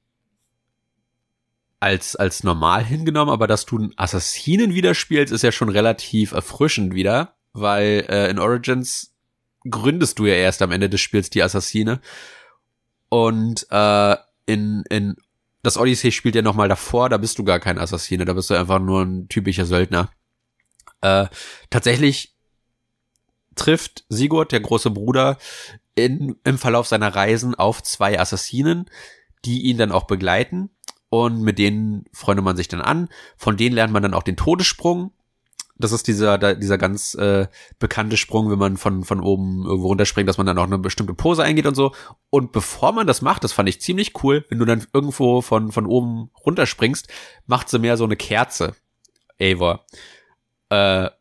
als normal hingenommen, aber dass du einen Assassinen wieder spielst, ist ja schon relativ erfrischend wieder, weil in Origins gründest du ja erst am Ende des Spiels die Assassine und in das Odyssey spielt ja nochmal davor, da bist du gar kein Assassine, da bist du einfach nur ein typischer Söldner. Tatsächlich trifft Sigurd, der große Bruder, im Verlauf seiner Reisen auf 2 Assassinen, die ihn dann auch begleiten. Und mit denen freundet man sich dann an. Von denen lernt man dann auch den Todessprung. Das ist dieser ganz bekannte Sprung, wenn man von oben irgendwo runterspringt, dass man dann auch eine bestimmte Pose eingeht und so. Und bevor man das macht, das fand ich ziemlich cool, wenn du dann irgendwo von oben runterspringst, macht sie mehr so eine Kerze. Eivor. Das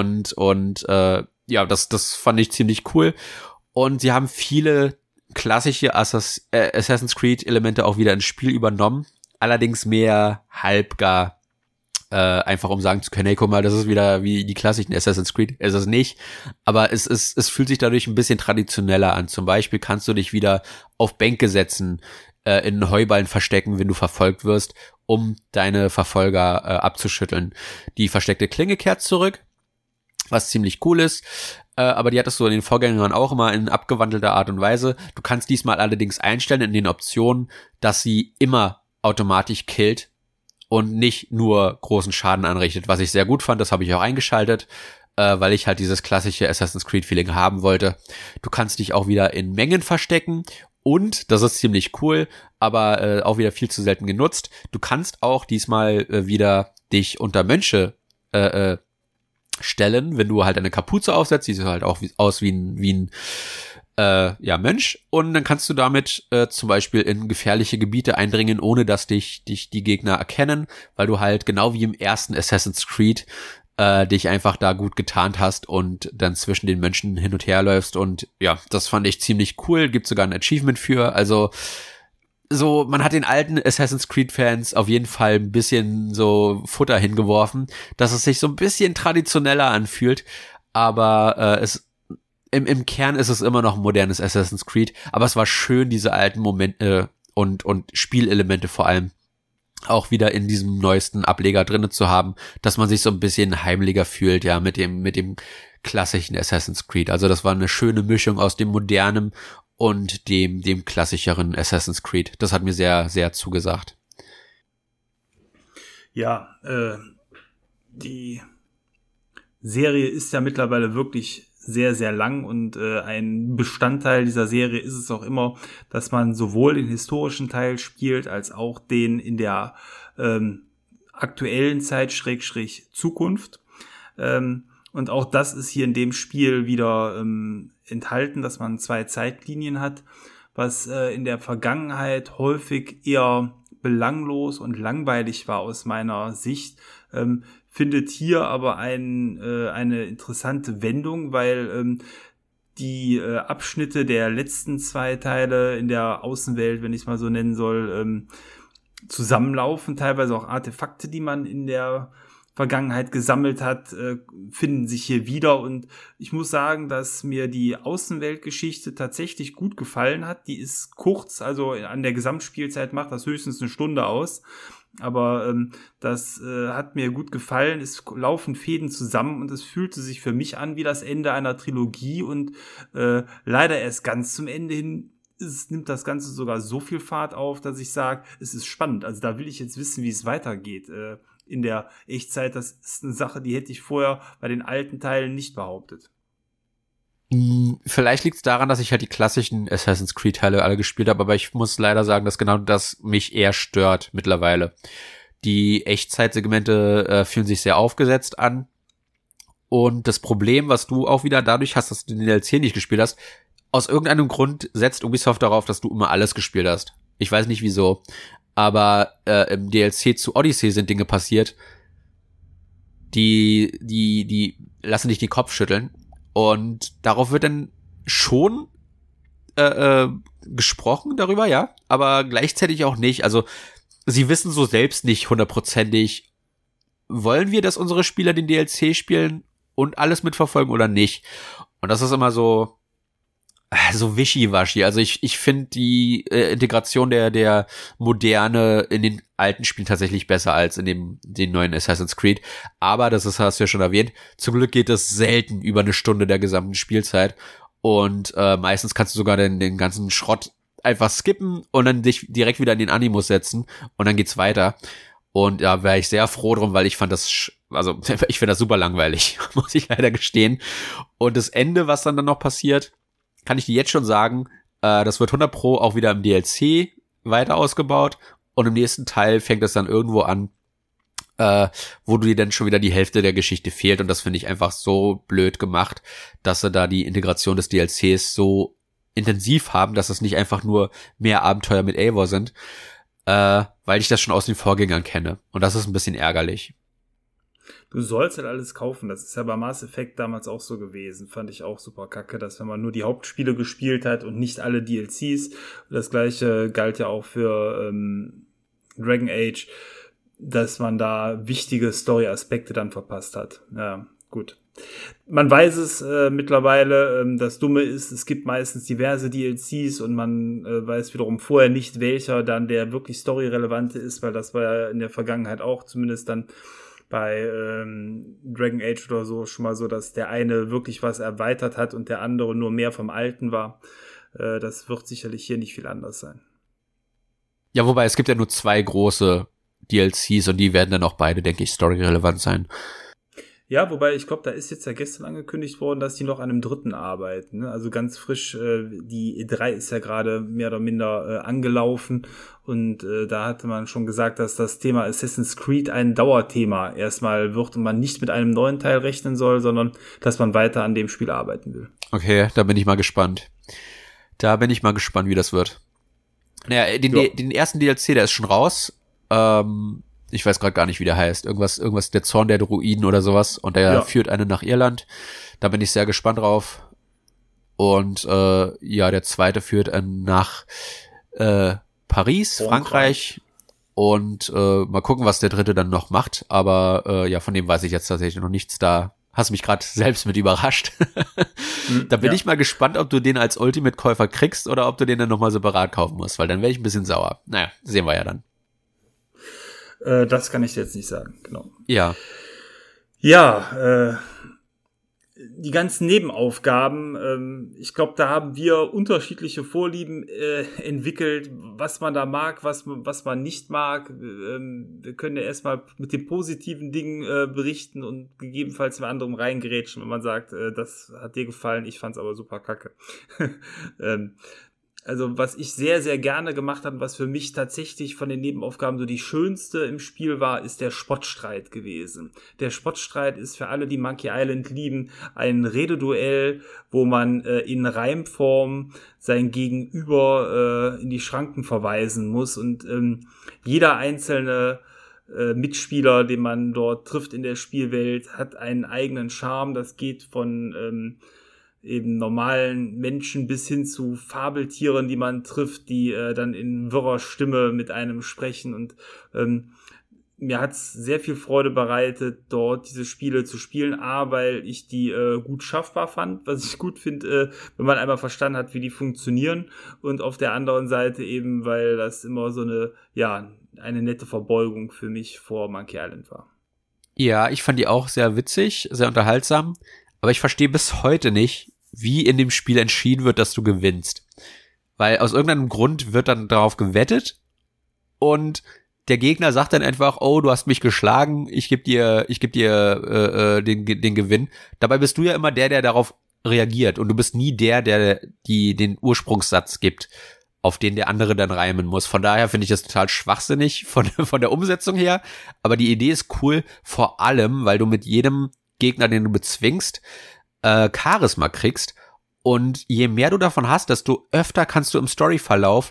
fand ich ziemlich cool. Und sie haben viele klassische Assassin's Creed Elemente auch wieder ins Spiel übernommen. Allerdings mehr halbgar, einfach um sagen zu können, hey, guck mal, das ist wieder wie die klassischen Assassin's Creed. Es ist nicht, aber es fühlt sich dadurch ein bisschen traditioneller an. Zum Beispiel kannst du dich wieder auf Bänke setzen, in Heuballen verstecken, wenn du verfolgt wirst, um deine Verfolger abzuschütteln. Die versteckte Klinge kehrt zurück, was ziemlich cool ist. Aber die hattest du in den Vorgängern auch immer in abgewandelter Art und Weise. Du kannst diesmal allerdings einstellen in den Optionen, dass sie immer automatisch killt und nicht nur großen Schaden anrichtet, was ich sehr gut fand. Das habe ich auch eingeschaltet, weil ich halt dieses klassische Assassin's Creed Feeling haben wollte. Du kannst dich auch wieder in Mengen verstecken und, das ist ziemlich cool, aber auch wieder viel zu selten genutzt, du kannst auch diesmal wieder dich unter Mönche stellen, wenn du halt eine Kapuze aufsetzt, die sieht halt auch aus wie ein Mönch, und dann kannst du damit zum Beispiel in gefährliche Gebiete eindringen, ohne dass dich die Gegner erkennen, weil du halt genau wie im ersten Assassin's Creed dich einfach da gut getarnt hast und dann zwischen den Mönchen hin und her läufst, und ja, das fand ich ziemlich cool, gibt sogar ein Achievement für, also so, man hat den alten Assassin's Creed-Fans auf jeden Fall ein bisschen so Futter hingeworfen, dass es sich so ein bisschen traditioneller anfühlt, aber im Kern ist es immer noch ein modernes Assassin's Creed, aber es war schön, diese alten Momente und Spielelemente vor allem auch wieder in diesem neuesten Ableger drinne zu haben, dass man sich so ein bisschen heimeliger fühlt, ja, mit dem klassischen Assassin's Creed. Also das war eine schöne Mischung aus dem modernen und dem klassischeren Assassin's Creed. Das hat mir sehr, sehr zugesagt. Ja, die Serie ist ja mittlerweile wirklich sehr, sehr lang und ein Bestandteil dieser Serie ist es auch immer, dass man sowohl den historischen Teil spielt, als auch den in der aktuellen Zeit / Zukunft. Und auch das ist hier in dem Spiel wieder enthalten, dass man 2 Zeitlinien hat, was in der Vergangenheit häufig eher belanglos und langweilig war aus meiner Sicht, findet hier aber eine interessante Wendung, weil die Abschnitte der letzten 2 Teile in der Außenwelt, wenn ich es mal so nennen soll, zusammenlaufen. Teilweise auch Artefakte, die man in der Vergangenheit gesammelt hat, finden sich hier wieder. Und ich muss sagen, dass mir die Außenweltgeschichte tatsächlich gut gefallen hat. Die ist kurz, also an der Gesamtspielzeit macht das höchstens 1 Stunde aus. Aber das hat mir gut gefallen. Es laufen Fäden zusammen und es fühlte sich für mich an wie das Ende einer Trilogie und leider erst ganz zum Ende hin nimmt das Ganze sogar so viel Fahrt auf, dass ich sage, es ist spannend. Also da will ich jetzt wissen, wie es weitergeht in der Echtzeit. Das ist eine Sache, die hätte ich vorher bei den alten Teilen nicht behauptet. Vielleicht liegt es daran, dass ich halt die klassischen Assassin's Creed Teile alle gespielt habe, aber ich muss leider sagen, dass genau das mich eher stört mittlerweile. Die Echtzeitsegmente fühlen sich sehr aufgesetzt an und das Problem, was du auch wieder dadurch hast, dass du den DLC nicht gespielt hast, aus irgendeinem Grund setzt Ubisoft darauf, dass du immer alles gespielt hast. Ich weiß nicht wieso, aber im DLC zu Odyssey sind Dinge passiert, die lassen dich den Kopf schütteln. Und darauf wird dann schon gesprochen darüber, ja, aber gleichzeitig auch nicht. Also sie wissen so selbst nicht hundertprozentig, wollen wir, dass unsere Spieler den DLC spielen und alles mitverfolgen oder nicht. Und das ist immer so wischiwaschi. Also ich finde die Integration der Moderne in den alten Spielen tatsächlich besser als in den neuen Assassin's Creed. Aber, hast du ja schon erwähnt, zum Glück geht es selten über 1 Stunde der gesamten Spielzeit. Und meistens kannst du sogar den ganzen Schrott einfach skippen und dann dich direkt wieder in den Animus setzen und dann geht's weiter. Und da wäre ich sehr froh drum, weil ich finde das super langweilig, muss ich leider gestehen. Und das Ende, was dann noch passiert, kann ich dir jetzt schon sagen, das wird 100% auch wieder im DLC weiter ausgebaut und im nächsten Teil fängt es dann irgendwo an, wo dir dann schon wieder die Hälfte der Geschichte fehlt und das finde ich einfach so blöd gemacht, dass sie da die Integration des DLCs so intensiv haben, dass es nicht einfach nur mehr Abenteuer mit Eivor sind, weil ich das schon aus den Vorgängern kenne und das ist ein bisschen ärgerlich. Du sollst halt alles kaufen. Das ist ja bei Mass Effect damals auch so gewesen. Fand ich auch super kacke, dass wenn man nur die Hauptspiele gespielt hat und nicht alle DLCs, das gleiche galt ja auch für Dragon Age, dass man da wichtige Story-Aspekte dann verpasst hat. Ja, gut. Man weiß es mittlerweile, das Dumme ist, es gibt meistens diverse DLCs und man weiß wiederum vorher nicht, welcher dann der wirklich storyrelevante ist, weil das war ja in der Vergangenheit auch zumindest dann bei Dragon Age oder so schon mal so, dass der eine wirklich was erweitert hat und der andere nur mehr vom Alten war. Das wird sicherlich hier nicht viel anders sein. Ja, wobei es gibt ja nur 2 große DLCs und die werden dann auch beide, denke ich, storyrelevant sein. Ja, wobei ich glaube, da ist jetzt ja gestern angekündigt worden, dass die noch an einem 3. arbeiten. Ne? Also ganz frisch, die E3 ist ja gerade mehr oder minder angelaufen und da hatte man schon gesagt, dass das Thema Assassin's Creed ein Dauerthema erstmal wird und man nicht mit einem neuen Teil rechnen soll, sondern dass man weiter an dem Spiel arbeiten will. Okay, da bin ich mal gespannt. Wie das wird. Naja, den ersten DLC, der ist schon raus. Ich weiß gerade gar nicht, wie der heißt. Irgendwas, der Zorn der Druiden oder sowas. Und der führt einen nach Irland. Da bin ich sehr gespannt drauf. Und der zweite führt einen nach Paris, Frankreich. Und mal gucken, was der dritte dann noch macht. Aber von dem weiß ich jetzt tatsächlich noch nichts. Da hast du mich gerade selbst mit überrascht. Da bin ich mal gespannt, ob du den als Ultimate-Käufer kriegst oder ob du den dann nochmal separat kaufen musst. Weil dann wäre ich ein bisschen sauer. Naja, sehen wir ja dann. Das kann ich dir jetzt nicht sagen, genau. Ja. Ja, die ganzen Nebenaufgaben, ich glaube, da haben wir unterschiedliche Vorlieben entwickelt, was man da mag, was man nicht mag. Wir können ja erstmal mit den positiven Dingen berichten und gegebenenfalls mit anderem reingerätschen, wenn man sagt, das hat dir gefallen, ich fand's aber super kacke. Also was ich sehr, sehr gerne gemacht habe, was für mich tatsächlich von den Nebenaufgaben so die schönste im Spiel war, ist der Spottstreit gewesen. Der Spottstreit ist für alle, die Monkey Island lieben, ein Rededuell, wo man in Reimform sein Gegenüber in die Schranken verweisen muss und jeder einzelne Mitspieler, den man dort trifft in der Spielwelt, hat einen eigenen Charme. Das geht von eben normalen Menschen bis hin zu Fabeltieren, die man trifft, die dann in wirrer Stimme mit einem sprechen. Und mir hat's sehr viel Freude bereitet, dort diese Spiele zu spielen. A, weil ich die gut schaffbar fand, was ich gut finde, wenn man einmal verstanden hat, wie die funktionieren. Und auf der anderen Seite eben, weil das immer so eine nette Verbeugung für mich vor Monkey Island war. Ja, ich fand die auch sehr witzig, sehr unterhaltsam. Aber ich verstehe bis heute nicht, wie in dem Spiel entschieden wird, dass du gewinnst. Weil aus irgendeinem Grund wird dann darauf gewettet und der Gegner sagt dann einfach, oh, du hast mich geschlagen, ich geb dir den Gewinn. Dabei bist du ja immer der darauf reagiert und du bist nie der den Ursprungssatz gibt, auf den der andere dann reimen muss. Von daher finde ich das total schwachsinnig von der Umsetzung her, aber die Idee ist cool, vor allem, weil du mit jedem Gegner, den du bezwingst, Charisma kriegst und je mehr du davon hast, desto öfter kannst du im Storyverlauf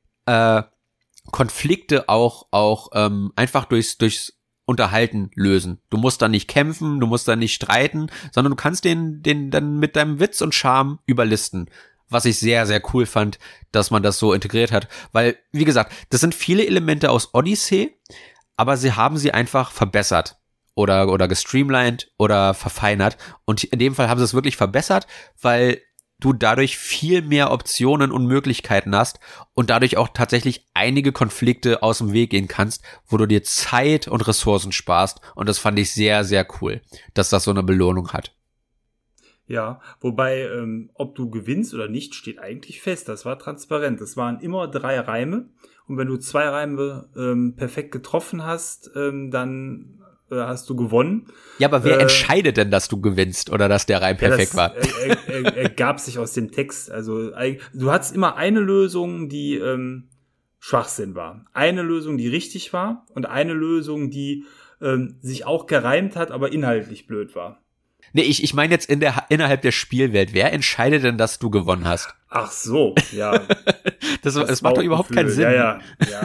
Konflikte auch einfach durchs Unterhalten lösen. Du musst dann nicht kämpfen, du musst dann nicht streiten, sondern du kannst den dann mit deinem Witz und Charme überlisten. Was ich sehr, sehr cool fand, dass man das so integriert hat. Weil, wie gesagt, das sind viele Elemente aus Odyssey, aber sie haben sie einfach verbessert. Oder gestreamlined oder verfeinert. Und in dem Fall haben sie es wirklich verbessert, weil du dadurch viel mehr Optionen und Möglichkeiten hast und dadurch auch tatsächlich einige Konflikte aus dem Weg gehen kannst, wo du dir Zeit und Ressourcen sparst. Und das fand ich sehr, sehr cool, dass das so eine Belohnung hat. Ja, wobei, ob du gewinnst oder nicht, steht eigentlich fest. Das war transparent. Es waren immer 3 Reime. Und wenn du 2 Reime perfekt getroffen hast, dann hast du gewonnen. Ja, aber wer entscheidet denn, dass du gewinnst oder dass der Reim perfekt war? Ergab sich aus dem Text. Also du hattest immer eine Lösung, die Schwachsinn war. Eine Lösung, die richtig war und eine Lösung, die sich auch gereimt hat, aber inhaltlich blöd war. Nee, ich meine jetzt innerhalb der Spielwelt. Wer entscheidet denn, dass du gewonnen hast? Ach so, ja. das macht doch überhaupt keinen Sinn. Ja.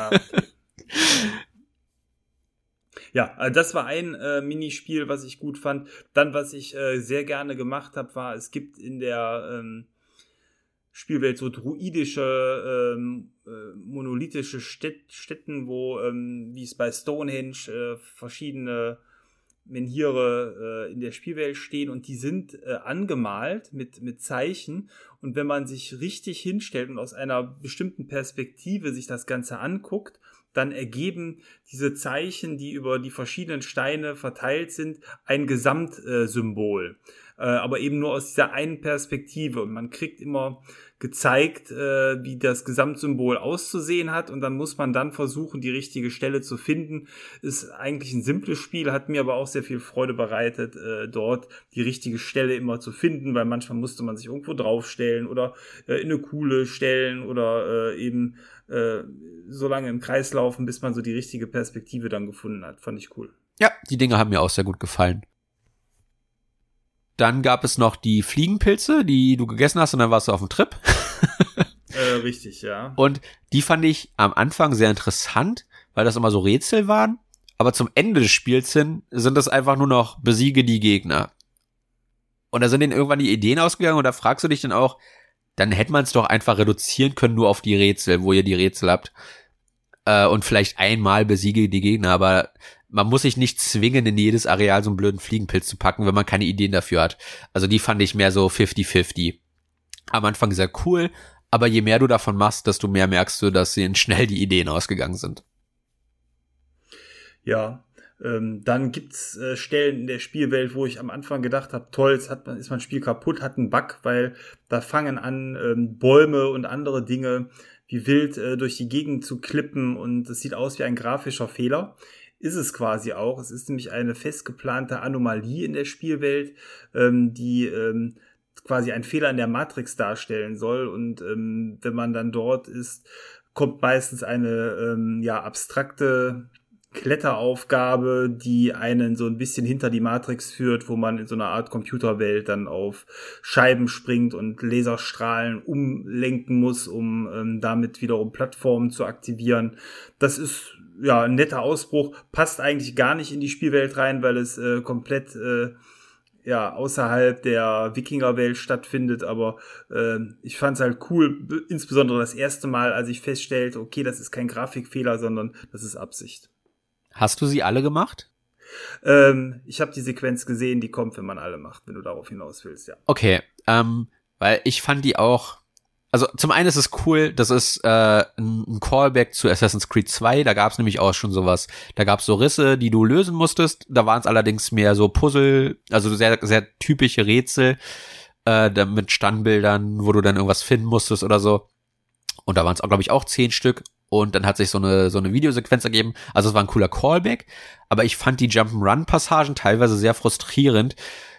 Ja, das war ein Minispiel, was ich gut fand. Dann, was ich sehr gerne gemacht habe, war, es gibt in der Spielwelt so druidische, monolithische Städten, wo, wie es bei Stonehenge, verschiedene Menhire in der Spielwelt stehen und die sind angemalt mit Zeichen und wenn man sich richtig hinstellt und aus einer bestimmten Perspektive sich das Ganze anguckt, dann ergeben diese Zeichen, die über die verschiedenen Steine verteilt sind, ein Gesamtsymbol. Aber eben nur aus dieser einen Perspektive. Und man kriegt immer gezeigt, wie das Gesamtsymbol auszusehen hat. Und dann muss man dann versuchen, die richtige Stelle zu finden. Ist eigentlich ein simples Spiel, hat mir aber auch sehr viel Freude bereitet, dort die richtige Stelle immer zu finden, weil manchmal musste man sich irgendwo draufstellen oder in eine Kuhle stellen oder eben so lange im Kreis laufen, bis man so die richtige Perspektive dann gefunden hat. Fand ich cool. Ja, die Dinge haben mir auch sehr gut gefallen. Dann gab es noch die Fliegenpilze, die du gegessen hast und dann warst du auf dem Trip. Richtig, ja. Und die fand ich am Anfang sehr interessant, weil das immer so Rätsel waren. Aber zum Ende des Spiels hin sind das einfach nur noch besiege die Gegner. Und da sind denen irgendwann die Ideen ausgegangen und da fragst du dich dann auch, dann hätte man es doch einfach reduzieren können nur auf die Rätsel, wo ihr die Rätsel habt. Und vielleicht einmal besiege die Gegner, aber man muss sich nicht zwingen, in jedes Areal so einen blöden Fliegenpilz zu packen, wenn man keine Ideen dafür hat. Also die fand ich mehr so 50-50. Am Anfang sehr cool, aber je mehr du davon machst, desto mehr merkst du, dass ihnen schnell die Ideen ausgegangen sind. Ja, Dann gibt's Stellen in der Spielwelt, wo ich am Anfang gedacht habe, toll, jetzt ist mein Spiel kaputt, hat einen Bug, weil da fangen an, Bäume und andere Dinge wie wild durch die Gegend zu klippen und es sieht aus wie ein grafischer Fehler. Ist es quasi auch. Es ist nämlich eine fest geplante Anomalie in der Spielwelt, die quasi einen Fehler in der Matrix darstellen soll. Und wenn man dann dort ist, kommt meistens eine abstrakte Kletteraufgabe, die einen so ein bisschen hinter die Matrix führt, wo man in so einer Art Computerwelt dann auf Scheiben springt und Laserstrahlen umlenken muss, um damit wiederum Plattformen zu aktivieren. Das ist ja ein netter Ausbruch, passt eigentlich gar nicht in die Spielwelt rein, weil es komplett außerhalb der Wikingerwelt stattfindet, aber ich fand es halt cool, insbesondere das erste Mal, als ich feststellte, okay, das ist kein Grafikfehler, sondern das ist Absicht. Hast du sie alle gemacht? Ich habe die Sequenz gesehen, die kommt, wenn man alle macht, wenn du darauf hinaus willst, ja. Okay, weil ich fand die auch, also zum einen ist es cool, das ist ein Callback zu Assassin's Creed 2, da gab es nämlich auch schon sowas. Da gab es so Risse, die du lösen musstest, da waren es allerdings mehr so Puzzle, also sehr, sehr typische Rätsel mit Standbildern, wo du dann irgendwas finden musstest oder so. Und da waren es, glaube ich, auch 10 Stück. Und dann hat sich so eine Videosequenz ergeben. Also es war ein cooler Callback. Aber ich fand die Jump'n'Run-Passagen teilweise sehr frustrierend,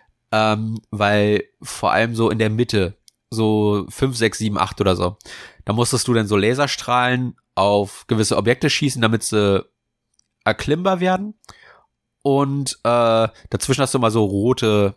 weil vor allem so in der Mitte, so 5, 6, 7, 8 oder so, da musstest du dann so Laserstrahlen auf gewisse Objekte schießen, damit sie erklimmbar werden. Und dazwischen hast du mal so rote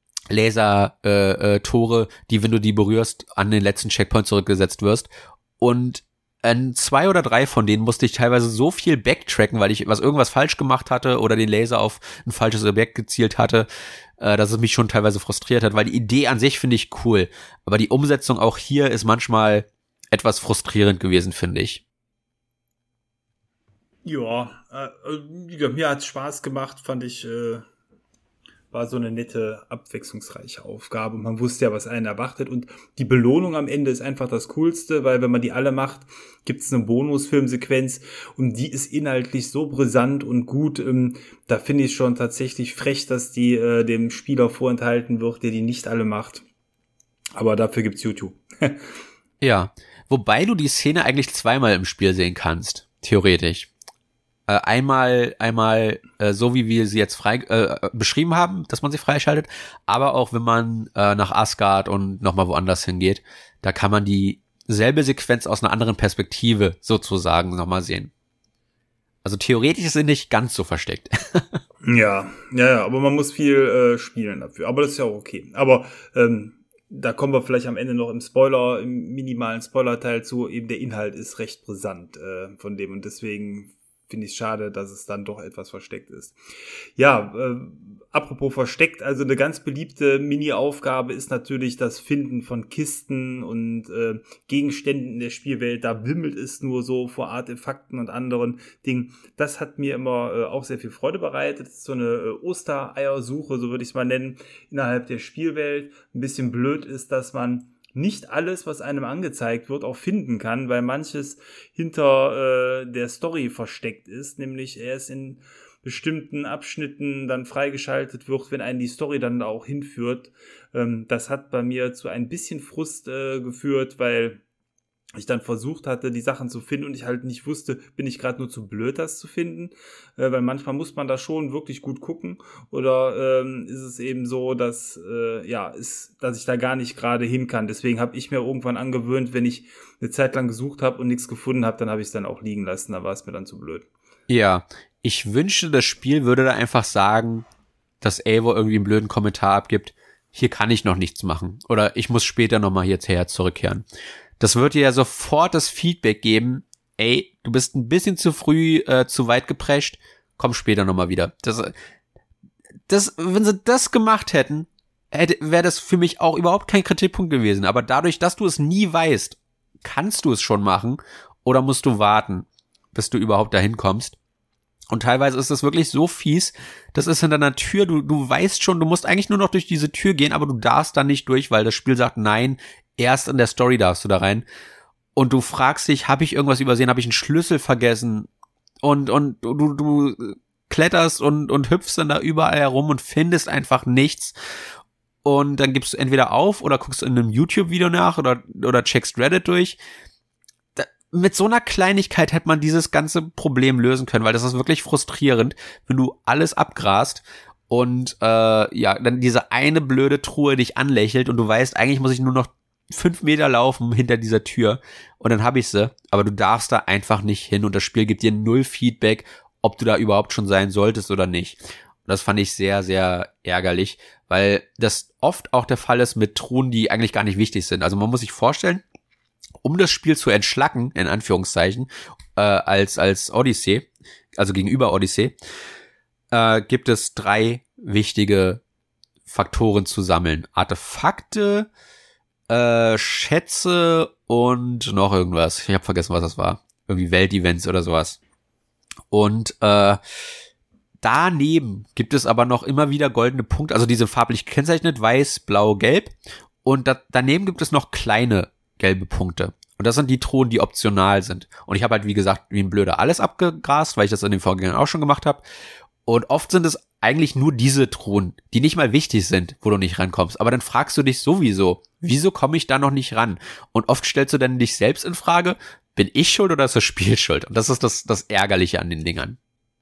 Laser-Tore, die, wenn du die berührst, an den letzten Checkpoint zurückgesetzt wirst. Und in 2 oder 3 von denen musste ich teilweise so viel backtracken, weil ich irgendwas falsch gemacht hatte oder den Laser auf ein falsches Objekt gezielt hatte, dass es mich schon teilweise frustriert hat, weil die Idee an sich finde ich cool, aber die Umsetzung auch hier ist manchmal etwas frustrierend gewesen, finde ich. Ja, mir hat's Spaß gemacht, fand ich, war so eine nette, abwechslungsreiche Aufgabe. Man wusste ja, was einen erwartet. Und die Belohnung am Ende ist einfach das Coolste, weil wenn man die alle macht, gibt's eine Bonusfilmsequenz und die ist inhaltlich so brisant und gut. Da finde ich schon tatsächlich frech, dass die dem Spieler vorenthalten wird, der die nicht alle macht. Aber dafür gibt's YouTube. Ja, wobei du die Szene eigentlich zweimal im Spiel sehen kannst, theoretisch. Einmal so, wie wir sie jetzt beschrieben haben, dass man sie freischaltet, aber auch wenn man nach Asgard und nochmal woanders hingeht, da kann man dieselbe Sequenz aus einer anderen Perspektive sozusagen nochmal sehen. Also theoretisch ist sie nicht ganz so versteckt. Ja, aber man muss viel spielen dafür, aber das ist ja auch okay. Aber da kommen wir vielleicht am Ende noch im minimalen Spoiler-Teil zu, eben der Inhalt ist recht brisant von dem und deswegen finde ich schade, dass es dann doch etwas versteckt ist. Ja, apropos versteckt, also eine ganz beliebte Mini-Aufgabe ist natürlich das Finden von Kisten und Gegenständen in der Spielwelt. Da wimmelt es nur so vor Artefakten und anderen Dingen. Das hat mir immer auch sehr viel Freude bereitet. Das ist so eine Ostereiersuche, so würde ich es mal nennen, innerhalb der Spielwelt. Ein bisschen blöd ist, dass man nicht alles, was einem angezeigt wird, auch finden kann, weil manches hinter der Story versteckt ist, nämlich erst in bestimmten Abschnitten dann freigeschaltet wird, wenn einen die Story dann auch hinführt. Das hat bei mir zu ein bisschen Frust geführt, weil ich dann versucht hatte, die Sachen zu finden und ich halt nicht wusste, bin ich gerade nur zu blöd, das zu finden, weil manchmal muss man da schon wirklich gut gucken oder ist es eben so, dass dass ich da gar nicht gerade hin kann. Deswegen habe ich mir irgendwann angewöhnt, wenn ich eine Zeit lang gesucht habe und nichts gefunden habe, dann habe ich es dann auch liegen lassen, da war es mir dann zu blöd. Ja, ich wünschte, das Spiel würde da einfach sagen, dass Eivor irgendwie einen blöden Kommentar abgibt, hier kann ich noch nichts machen oder ich muss später nochmal hierher zurückkehren. Das wird dir ja sofort das Feedback geben, ey, du bist ein bisschen zu früh, zu weit geprescht, komm später nochmal wieder. Wenn sie das gemacht hätten, wäre das für mich auch überhaupt kein Kritikpunkt gewesen. Aber dadurch, dass du es nie weißt, kannst du es schon machen oder musst du warten, bis du überhaupt dahin kommst. Und teilweise ist das wirklich so fies, das ist hinter einer Tür, du weißt schon, du musst eigentlich nur noch durch diese Tür gehen, aber du darfst da nicht durch, weil das Spiel sagt, nein, erst in der Story darfst du da rein. Und du fragst dich, habe ich irgendwas übersehen, habe ich einen Schlüssel vergessen? Und du kletterst und hüpfst dann da überall herum und findest einfach nichts. Und dann gibst du entweder auf oder guckst in einem YouTube-Video nach oder checkst Reddit durch. Mit so einer Kleinigkeit hätte man dieses ganze Problem lösen können, weil das ist wirklich frustrierend, wenn du alles abgrast und dann diese eine blöde Truhe dich anlächelt und du weißt, eigentlich muss ich nur noch 5 Meter laufen hinter dieser Tür und dann hab ich sie, aber du darfst da einfach nicht hin und das Spiel gibt dir 0 Feedback, ob du da überhaupt schon sein solltest oder nicht. Und das fand ich sehr, sehr ärgerlich, weil das oft auch der Fall ist mit Truhen, die eigentlich gar nicht wichtig sind. Also man muss sich vorstellen, um das Spiel zu entschlacken, in Anführungszeichen, als Odyssey, also gegenüber Odyssey, gibt es 3 wichtige Faktoren zu sammeln. Artefakte, Schätze und noch irgendwas. Ich habe vergessen, was das war. Irgendwie Weltevents oder sowas. Und daneben gibt es aber noch immer wieder goldene Punkte, also diese farblich gekennzeichnet, weiß, blau, gelb. Und daneben gibt es noch kleine gelbe Punkte. Und das sind die Truhen, die optional sind. Und ich habe halt, wie gesagt, wie ein Blöder alles abgegrast, weil ich das in den Vorgängern auch schon gemacht habe. Und oft sind es eigentlich nur diese Truhen, die nicht mal wichtig sind, wo du nicht rankommst. Aber dann fragst du dich sowieso, wieso komme ich da noch nicht ran? Und oft stellst du dann dich selbst in Frage, bin ich schuld oder ist das Spiel schuld? Und das ist das Ärgerliche an den Dingern.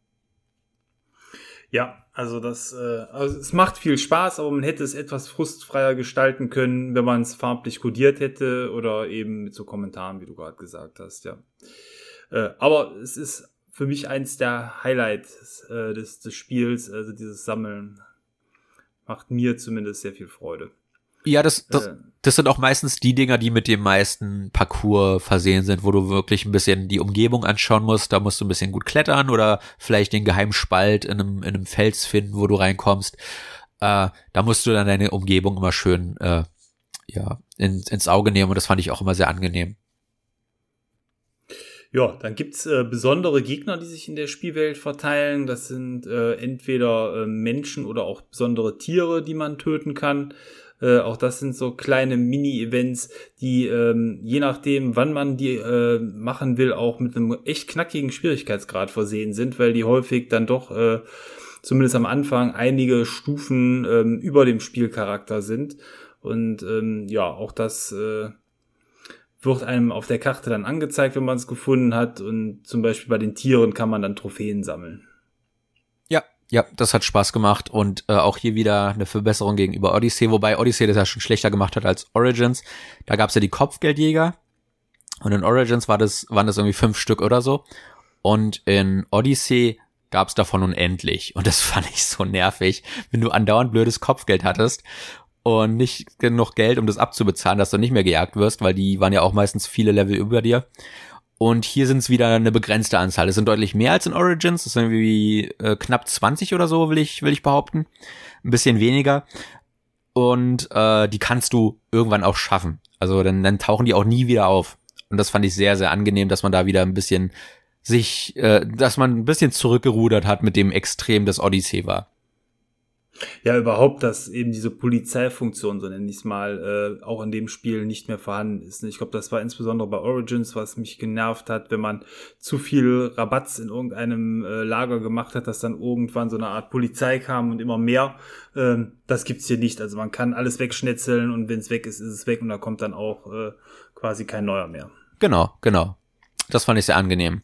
Ja, also es macht viel Spaß, aber man hätte es etwas frustfreier gestalten können, wenn man es farblich kodiert hätte oder eben mit so Kommentaren, wie du gerade gesagt hast, ja. Aber es ist für mich eins der Highlights des Spiels, also dieses Sammeln macht mir zumindest sehr viel Freude. Ja, das sind auch meistens die Dinger, die mit dem meisten Parcours versehen sind, wo du wirklich ein bisschen die Umgebung anschauen musst. Da musst du ein bisschen gut klettern oder vielleicht den geheimen Spalt in einem Fels finden, wo du reinkommst. Da musst du dann deine Umgebung immer schön ins Auge nehmen und das fand ich auch immer sehr angenehm. Ja, dann gibt's besondere Gegner, die sich in der Spielwelt verteilen. Das sind entweder Menschen oder auch besondere Tiere, die man töten kann. Auch das sind so kleine Mini-Events, die je nachdem, wann man die machen will, auch mit einem echt knackigen Schwierigkeitsgrad versehen sind, weil die häufig dann doch zumindest am Anfang einige Stufen über dem Spielcharakter sind. Und auch das wird einem auf der Karte dann angezeigt, wenn man es gefunden hat. Und zum Beispiel bei den Tieren kann man dann Trophäen sammeln. Ja, das hat Spaß gemacht und auch hier wieder eine Verbesserung gegenüber Odyssey, wobei Odyssey das ja schon schlechter gemacht hat als Origins. Da gab's ja die Kopfgeldjäger und in Origins waren das irgendwie 5 Stück oder so und in Odyssey gab's davon unendlich und das fand ich so nervig, wenn du andauernd blödes Kopfgeld hattest und nicht genug Geld, um das abzubezahlen, dass du nicht mehr gejagt wirst, weil die waren ja auch meistens viele Level über dir. Und hier sind es wieder eine begrenzte Anzahl. Es sind deutlich mehr als in Origins. Das sind irgendwie knapp 20 oder so, will ich behaupten. Ein bisschen weniger. Und die kannst du irgendwann auch schaffen. Also dann tauchen die auch nie wieder auf. Und das fand ich sehr, sehr angenehm, dass man da wieder ein bisschen dass man ein bisschen zurückgerudert hat mit dem Extrem, das Odyssey war. Ja, überhaupt, dass eben diese Polizeifunktion, so nenne ich es mal, auch in dem Spiel nicht mehr vorhanden ist. Ich glaube, das war insbesondere bei Origins, was mich genervt hat, wenn man zu viel Rabatz in irgendeinem Lager gemacht hat, dass dann irgendwann so eine Art Polizei kam und immer mehr. Das gibt's hier nicht. Also man kann alles wegschnetzeln und wenn es weg ist, ist es weg und da kommt dann auch quasi kein neuer mehr. Genau. Das fand ich sehr angenehm.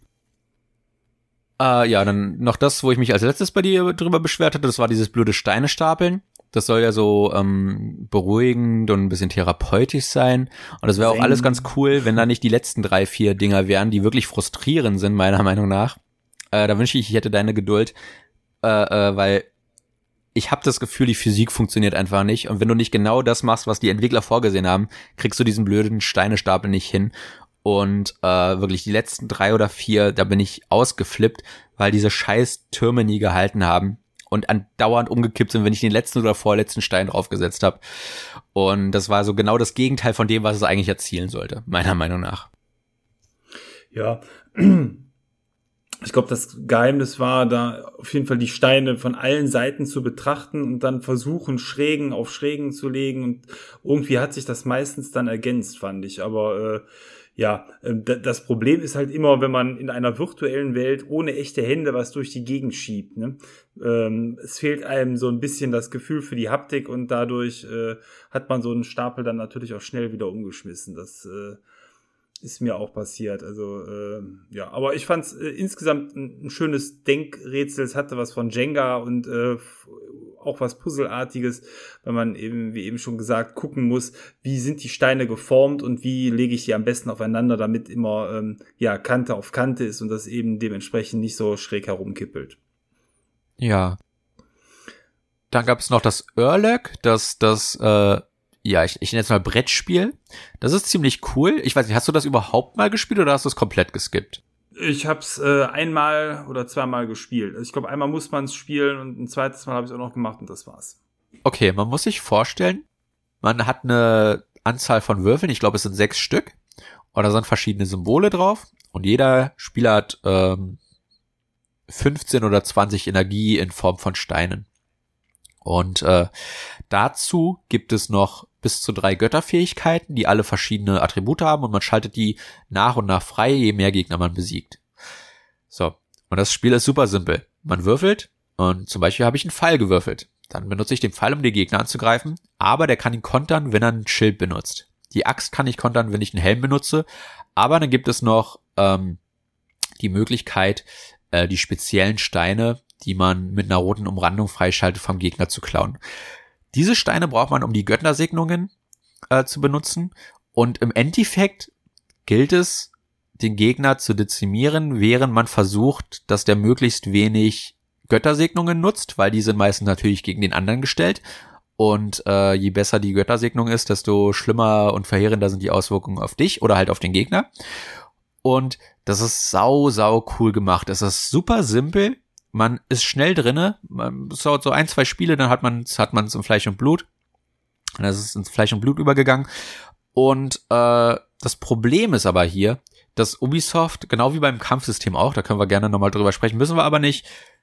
Dann noch das, wo ich mich als letztes bei dir drüber beschwert hatte, das war dieses blöde Steine stapeln. Das soll ja so beruhigend und ein bisschen therapeutisch sein. Und das wäre auch alles ganz cool, wenn da nicht die letzten 3, 4 Dinger wären, die wirklich frustrierend sind, meiner Meinung nach. Da wünsche ich hätte deine Geduld, weil ich habe das Gefühl, die Physik funktioniert einfach nicht. Und wenn du nicht genau das machst, was die Entwickler vorgesehen haben, kriegst du diesen blöden Steinestapel nicht hin. Und wirklich die letzten 3 oder 4, da bin ich ausgeflippt, weil diese scheiß Türme nie gehalten haben und andauernd umgekippt sind, wenn ich den letzten oder vorletzten Stein draufgesetzt habe. Und das war so genau das Gegenteil von dem, was es eigentlich erzielen sollte, meiner Meinung nach. Ja, ich glaube, das Geheimnis war da auf jeden Fall die Steine von allen Seiten zu betrachten und dann versuchen, Schrägen auf Schrägen zu legen. Und irgendwie hat sich das meistens dann ergänzt, fand ich. Aber Ja, das Problem ist halt immer, wenn man in einer virtuellen Welt ohne echte Hände was durch die Gegend schiebt, ne? Es fehlt einem so ein bisschen das Gefühl für die Haptik und dadurch hat man so einen Stapel dann natürlich auch schnell wieder umgeschmissen. Das ist mir auch passiert. Also ja, aber ich fand es insgesamt ein schönes Denkrätsel. Es hatte was von Jenga und auch was Puzzelartiges, weil man eben, wie eben schon gesagt, gucken muss, wie sind die Steine geformt und wie lege ich die am besten aufeinander, damit immer ja Kante auf Kante ist und das eben dementsprechend nicht so schräg herumkippelt. Ja. Dann gab es noch das Urlök, ja, ich nenne es mal Brettspiel. Das ist ziemlich cool. Ich weiß nicht, hast du das überhaupt mal gespielt oder hast du es komplett geskippt? Ich hab's einmal oder zweimal gespielt. Also ich glaube, einmal muss man es spielen und ein zweites Mal habe ich es auch noch gemacht und das war's. Okay, man muss sich vorstellen, man hat eine Anzahl von Würfeln, ich glaube, es sind 6 Stück. Und da sind verschiedene Symbole drauf. Und jeder Spieler hat 15 oder 20 Energie in Form von Steinen. Und dazu gibt es noch bis zu 3 Götterfähigkeiten, die alle verschiedene Attribute haben und man schaltet die nach und nach frei, je mehr Gegner man besiegt. So, und das Spiel ist super simpel. Man würfelt und zum Beispiel habe ich einen Pfeil gewürfelt. Dann benutze ich den Pfeil, um den Gegner anzugreifen, aber der kann ihn kontern, wenn er ein Schild benutzt. Die Axt kann ich kontern, wenn ich einen Helm benutze, aber dann gibt es noch die Möglichkeit, die speziellen Steine, die man mit einer roten Umrandung freischaltet, vom Gegner zu klauen. Diese Steine braucht man, um die Göttersegnungen zu benutzen. Und im Endeffekt gilt es, den Gegner zu dezimieren, während man versucht, dass der möglichst wenig Göttersegnungen nutzt, weil die sind meistens natürlich gegen den anderen gestellt. Und je besser die Göttersegnung ist, desto schlimmer und verheerender sind die Auswirkungen auf dich oder halt auf den Gegner. Und das ist sau cool gemacht. Es ist super simpel. Man ist schnell drinne. Es dauert so 1, 2 Spiele, dann hat man es in Fleisch und Blut. Und das ist ins Fleisch und Blut übergegangen. Und das Problem ist aber hier, dass Ubisoft, genau wie beim Kampfsystem auch, da können wir gerne nochmal drüber sprechen, müssen wir aber nicht,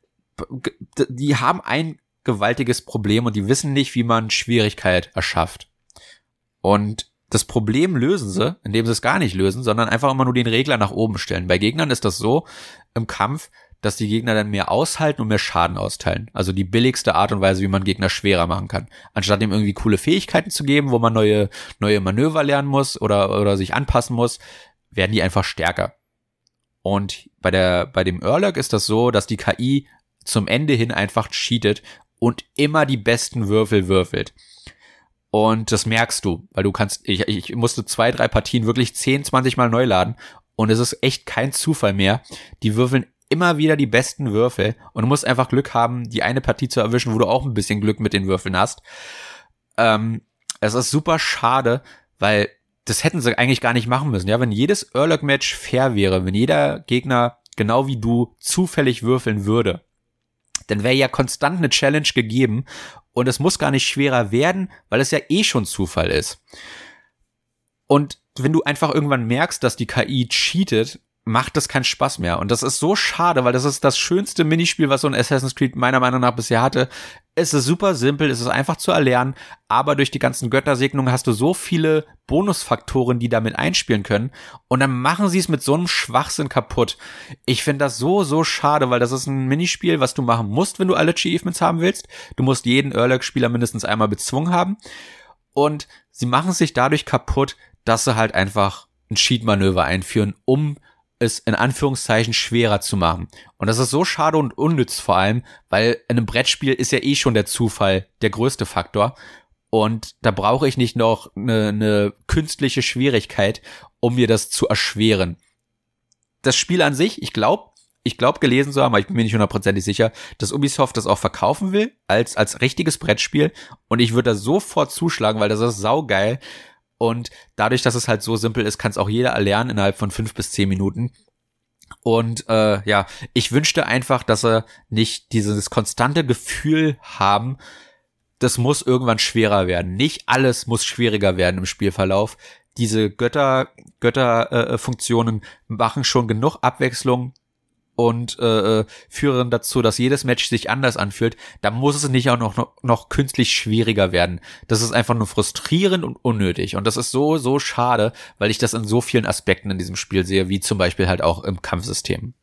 die haben ein gewaltiges Problem und die wissen nicht, wie man Schwierigkeit erschafft. Und das Problem lösen sie, indem sie es gar nicht lösen, sondern einfach immer nur den Regler nach oben stellen. Bei Gegnern ist das so im Kampf, dass die Gegner dann mehr aushalten und mehr Schaden austeilen. Also die billigste Art und Weise, wie man Gegner schwerer machen kann. Anstatt ihm irgendwie coole Fähigkeiten zu geben, wo man neue Manöver lernen muss oder sich anpassen muss, werden die einfach stärker. Und bei dem Urlök ist das so, dass die KI zum Ende hin einfach cheatet und immer die besten Würfel würfelt. Und das merkst du, weil ich musste 2, 3 Partien wirklich 10, 20 Mal neu laden und es ist echt kein Zufall mehr. Die würfeln immer wieder die besten Würfel und du musst einfach Glück haben, die eine Partie zu erwischen, wo du auch ein bisschen Glück mit den Würfeln hast. Es ist super schade, weil das hätten sie eigentlich gar nicht machen müssen. Ja, wenn jedes Urlök-Match fair wäre, wenn jeder Gegner genau wie du zufällig würfeln würde, dann wäre ja konstant eine Challenge gegeben und es muss gar nicht schwerer werden, weil es ja eh schon Zufall ist. Und wenn du einfach irgendwann merkst, dass die KI cheatet, macht das keinen Spaß mehr. Und das ist so schade, weil das ist das schönste Minispiel, was so ein Assassin's Creed meiner Meinung nach bisher hatte. Es ist super simpel, es ist einfach zu erlernen, aber durch die ganzen Göttersegnungen hast du so viele Bonusfaktoren, die damit einspielen können. Und dann machen sie es mit so einem Schwachsinn kaputt. Ich finde das so schade, weil das ist ein Minispiel, was du machen musst, wenn du alle Achievements haben willst. Du musst jeden Urlök-Spieler mindestens einmal bezwungen haben. Und sie machen sich dadurch kaputt, dass sie halt einfach ein Cheat-Manöver einführen, um es in Anführungszeichen schwerer zu machen. Und das ist so schade und unnütz vor allem, weil in einem Brettspiel ist ja eh schon der Zufall der größte Faktor. Und da brauche ich nicht noch eine künstliche Schwierigkeit, um mir das zu erschweren. Das Spiel an sich, ich glaube gelesen zu haben, aber ich bin mir nicht 100% sicher, dass Ubisoft das auch verkaufen will, als richtiges Brettspiel. Und ich würde da sofort zuschlagen, weil das ist saugeil. Und dadurch, dass es halt so simpel ist, kann es auch jeder erlernen innerhalb von 5 bis 10 Minuten. Und ja, ich wünschte einfach, dass sie nicht dieses konstante Gefühl haben, das muss irgendwann schwerer werden. Nicht alles muss schwieriger werden im Spielverlauf. Diese Götterfunktionen machen schon genug Abwechslung und führen dazu, dass jedes Match sich anders anfühlt, dann muss es nicht auch noch künstlich schwieriger werden. Das ist einfach nur frustrierend und unnötig. Und das ist so schade, weil ich das in so vielen Aspekten in diesem Spiel sehe, wie zum Beispiel halt auch im Kampfsystem.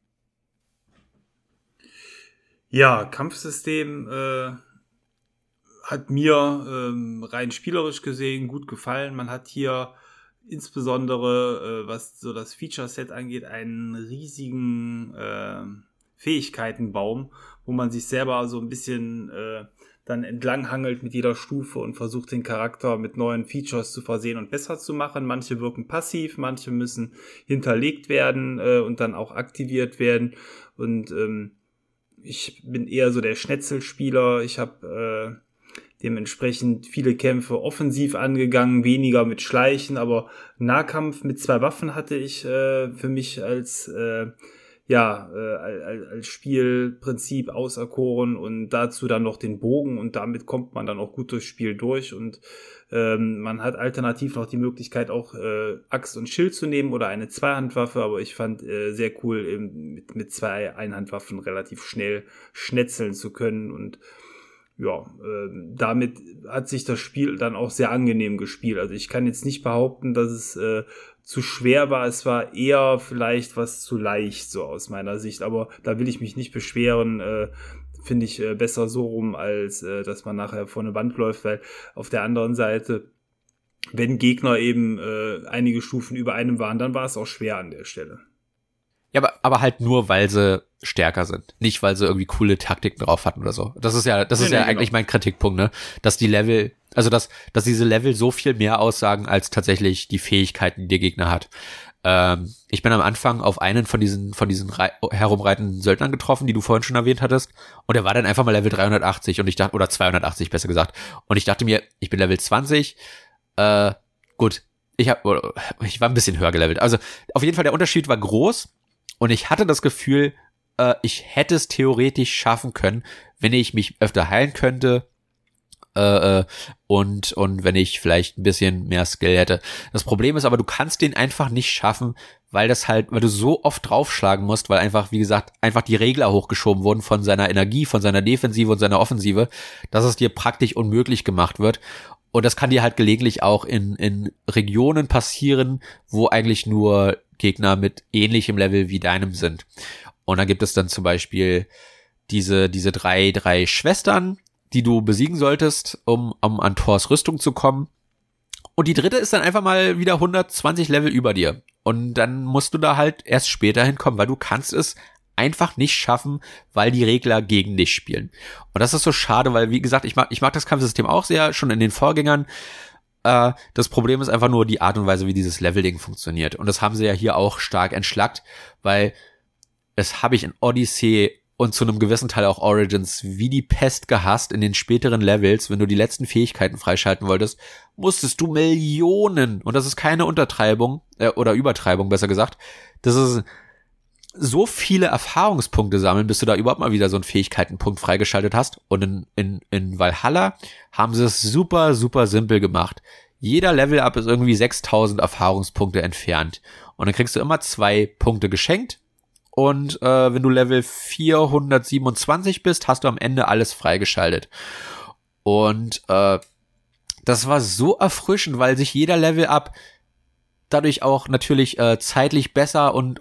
Ja, Kampfsystem hat mir rein spielerisch gesehen gut gefallen. Man hat hier insbesondere, was so das Feature-Set angeht, einen riesigen Fähigkeitenbaum, wo man sich selber so ein bisschen dann entlanghangelt mit jeder Stufe und versucht, den Charakter mit neuen Features zu versehen und besser zu machen. Manche wirken passiv, manche müssen hinterlegt werden und dann auch aktiviert werden. Und ich bin eher so der Schnetzelspieler. Ich habe dementsprechend viele Kämpfe offensiv angegangen, weniger mit Schleichen, aber Nahkampf mit 2 Waffen hatte ich für mich als Spielprinzip auserkoren und dazu dann noch den Bogen und damit kommt man dann auch gut durchs Spiel durch und man hat alternativ noch die Möglichkeit auch Axt und Schild zu nehmen oder eine Zweihandwaffe, aber ich fand sehr cool eben mit 2 Einhandwaffen relativ schnell schnetzeln zu können und ja, damit hat sich das Spiel dann auch sehr angenehm gespielt. Also ich kann jetzt nicht behaupten, dass es zu schwer war. Es war eher vielleicht was zu leicht, so aus meiner Sicht. Aber da will ich mich nicht beschweren. Finde ich besser so rum, als dass man nachher vor eine Wand läuft. Weil auf der anderen Seite, wenn Gegner eben einige Stufen über einem waren, dann war es auch schwer an der Stelle. Ja, aber halt nur, weil sie stärker sind. Nicht, weil sie irgendwie coole Taktiken drauf hatten oder so. Das ist ja eigentlich mein Kritikpunkt, ne? Dass die Level, also dass diese Level so viel mehr aussagen, als tatsächlich die Fähigkeiten, die der Gegner hat. Ich bin am Anfang auf einen von diesen herumreitenden Söldnern getroffen, die du vorhin schon erwähnt hattest. Und der war dann einfach mal Level 380 und ich dachte, oder 280 besser gesagt. Und ich dachte mir, ich bin Level 20, gut, ich war ein bisschen höher gelevelt. Also auf jeden Fall, der Unterschied war groß. Und ich hatte das Gefühl, ich hätte es theoretisch schaffen können, wenn ich mich öfter heilen könnte und wenn ich vielleicht ein bisschen mehr Skill hätte. Das Problem ist aber, du kannst den einfach nicht schaffen, weil du so oft draufschlagen musst, weil einfach, wie gesagt, einfach die Regler hochgeschoben wurden von seiner Energie, von seiner Defensive und seiner Offensive, dass es dir praktisch unmöglich gemacht wird. Und das kann dir halt gelegentlich auch in Regionen passieren, wo eigentlich nur Gegner mit ähnlichem Level wie deinem sind. Und dann gibt es dann zum Beispiel diese drei Schwestern, die du besiegen solltest, um an Thors Rüstung zu kommen. Und die dritte ist dann einfach mal wieder 120 Level über dir. Und dann musst du da halt erst später hinkommen, weil du kannst es einfach nicht schaffen, weil die Regler gegen dich spielen. Und das ist so schade, weil, wie gesagt, ich mag das Kampfsystem auch sehr, schon in den Vorgängern. Das Problem ist einfach nur die Art und Weise, wie dieses Leveling funktioniert. Und das haben sie ja hier auch stark entschlackt, weil es habe ich in Odyssey und zu einem gewissen Teil auch Origins wie die Pest gehasst in den späteren Levels. Wenn du die letzten Fähigkeiten freischalten wolltest, musstest du Millionen, und das ist keine Untertreibung, oder Übertreibung besser gesagt, das ist so viele Erfahrungspunkte sammeln, bis du da überhaupt mal wieder so einen Fähigkeitenpunkt freigeschaltet hast. Und in Valhalla haben sie es super, super simpel gemacht. Jeder Level-Up ist irgendwie 6000 Erfahrungspunkte entfernt. Und dann kriegst du immer 2 Punkte geschenkt. Und wenn du Level 427 bist, hast du am Ende alles freigeschaltet. Und das war so erfrischend, weil sich jeder Level-Up dadurch auch natürlich zeitlich besser und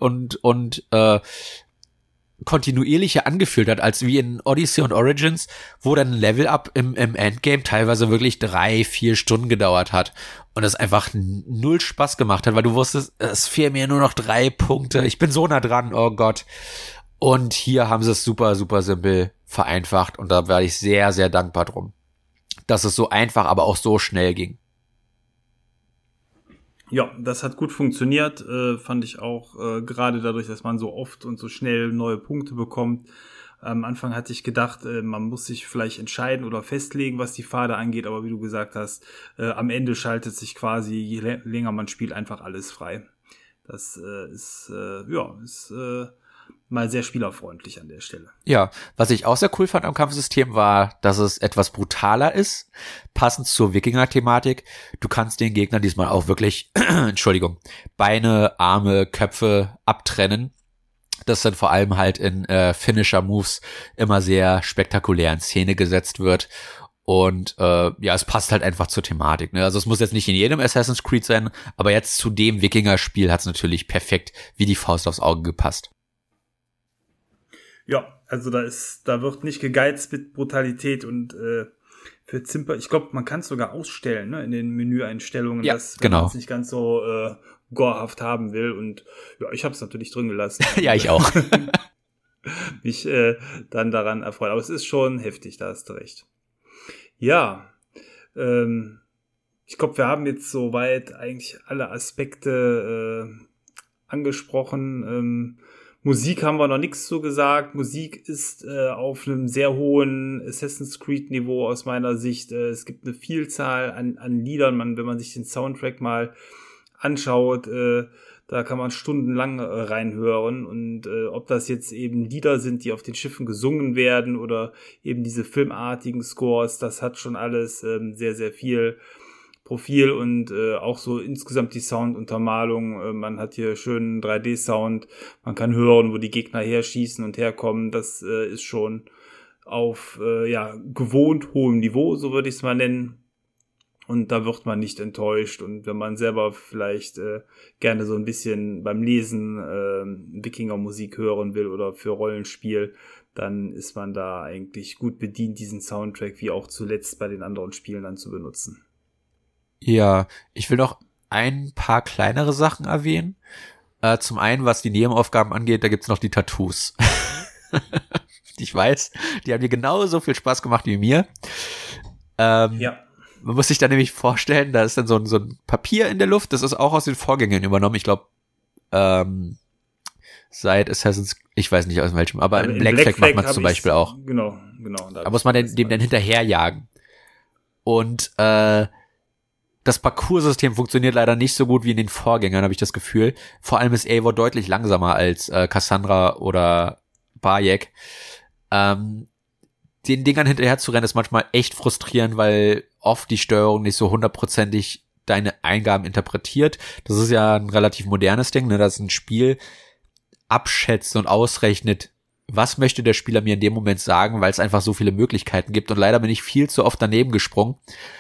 kontinuierlicher angefühlt hat, als wie in Odyssey und Origins, wo dann ein Level-Up im Endgame teilweise wirklich 3-4 Stunden gedauert hat und es einfach null Spaß gemacht hat, weil du wusstest, es fehlen mir nur noch 3 Punkte, ich bin so nah dran, oh Gott. Und hier haben sie es super, super simpel vereinfacht und da war ich sehr, sehr dankbar drum, dass es so einfach, aber auch so schnell ging. Ja, das hat gut funktioniert, fand ich auch, gerade dadurch, dass man so oft und so schnell neue Punkte bekommt. Am Anfang hatte ich gedacht, man muss sich vielleicht entscheiden oder festlegen, was die Pfade angeht, aber wie du gesagt hast, am Ende schaltet sich quasi, je länger man spielt, einfach alles frei. Das ist mal sehr spielerfreundlich an der Stelle. Ja, was ich auch sehr cool fand am Kampfsystem war, dass es etwas brutaler ist, passend zur Wikinger-Thematik. Du kannst den Gegner diesmal auch wirklich, Beine, Arme, Köpfe abtrennen. das dann vor allem halt in Finisher-Moves immer sehr spektakulär in Szene gesetzt wird. Und es passt halt einfach zur Thematik. Ne? Also es muss jetzt nicht in jedem Assassin's Creed sein, aber jetzt zu dem Wikinger-Spiel hat es natürlich perfekt wie die Faust aufs Auge gepasst. Ja, also da wird nicht gegeizt mit Brutalität und für Zimper, ich glaube, man kann es sogar ausstellen, ne, in den Menüeinstellungen, dass wenn man es nicht ganz so gorehaft haben will. Und ja, ich habe es natürlich drin gelassen. Ja, ich auch. Mich dann daran erfreut. Aber es ist schon heftig, da hast du recht. Ja, ich glaube, wir haben jetzt soweit eigentlich alle Aspekte angesprochen. Musik haben wir noch nichts zu gesagt. Musik ist auf einem sehr hohen Assassin's Creed Niveau aus meiner Sicht. Es gibt eine Vielzahl an Liedern. Wenn man sich den Soundtrack mal anschaut, da kann man stundenlang reinhören. Und ob das jetzt eben Lieder sind, die auf den Schiffen gesungen werden oder eben diese filmartigen Scores, das hat schon alles sehr, sehr viel Profil und auch so insgesamt die Sounduntermalung. Man hat hier schönen 3D-Sound. Man kann hören, wo die Gegner herschießen und herkommen. Das ist schon auf gewohnt hohem Niveau, so würde ich es mal nennen. Und da wird man nicht enttäuscht. Und wenn man selber vielleicht gerne so ein bisschen beim Lesen Wikinger-Musik hören will oder für Rollenspiel, dann ist man da eigentlich gut bedient, diesen Soundtrack wie auch zuletzt bei den anderen Spielen dann zu benutzen. Ja, ich will noch ein paar kleinere Sachen erwähnen. Zum einen, was die Nebenaufgaben angeht, da gibt's noch die Tattoos. Ich weiß, die haben dir genauso viel Spaß gemacht wie mir. Ja. Man muss sich da nämlich vorstellen, da ist dann so ein Papier in der Luft, das ist auch aus den Vorgängern übernommen. Ich glaube, seit Assassin's, ich weiß nicht aus welchem, aber in Black Flag macht man es zum Beispiel auch. Genau. Da muss man dem dann hinterherjagen. Und das Parcoursystem funktioniert leider nicht so gut wie in den Vorgängern, habe ich das Gefühl. Vor allem ist Eivor deutlich langsamer als Cassandra oder Bayek. Den Dingern hinterher zu rennen ist manchmal echt frustrierend, weil oft die Steuerung nicht so hundertprozentig deine Eingaben interpretiert. Das ist ja ein relativ modernes Ding, ne, dass ein Spiel abschätzt und ausrechnet, was möchte der Spieler mir in dem Moment sagen, weil es einfach so viele Möglichkeiten gibt. Und leider bin ich viel zu oft daneben gesprungen.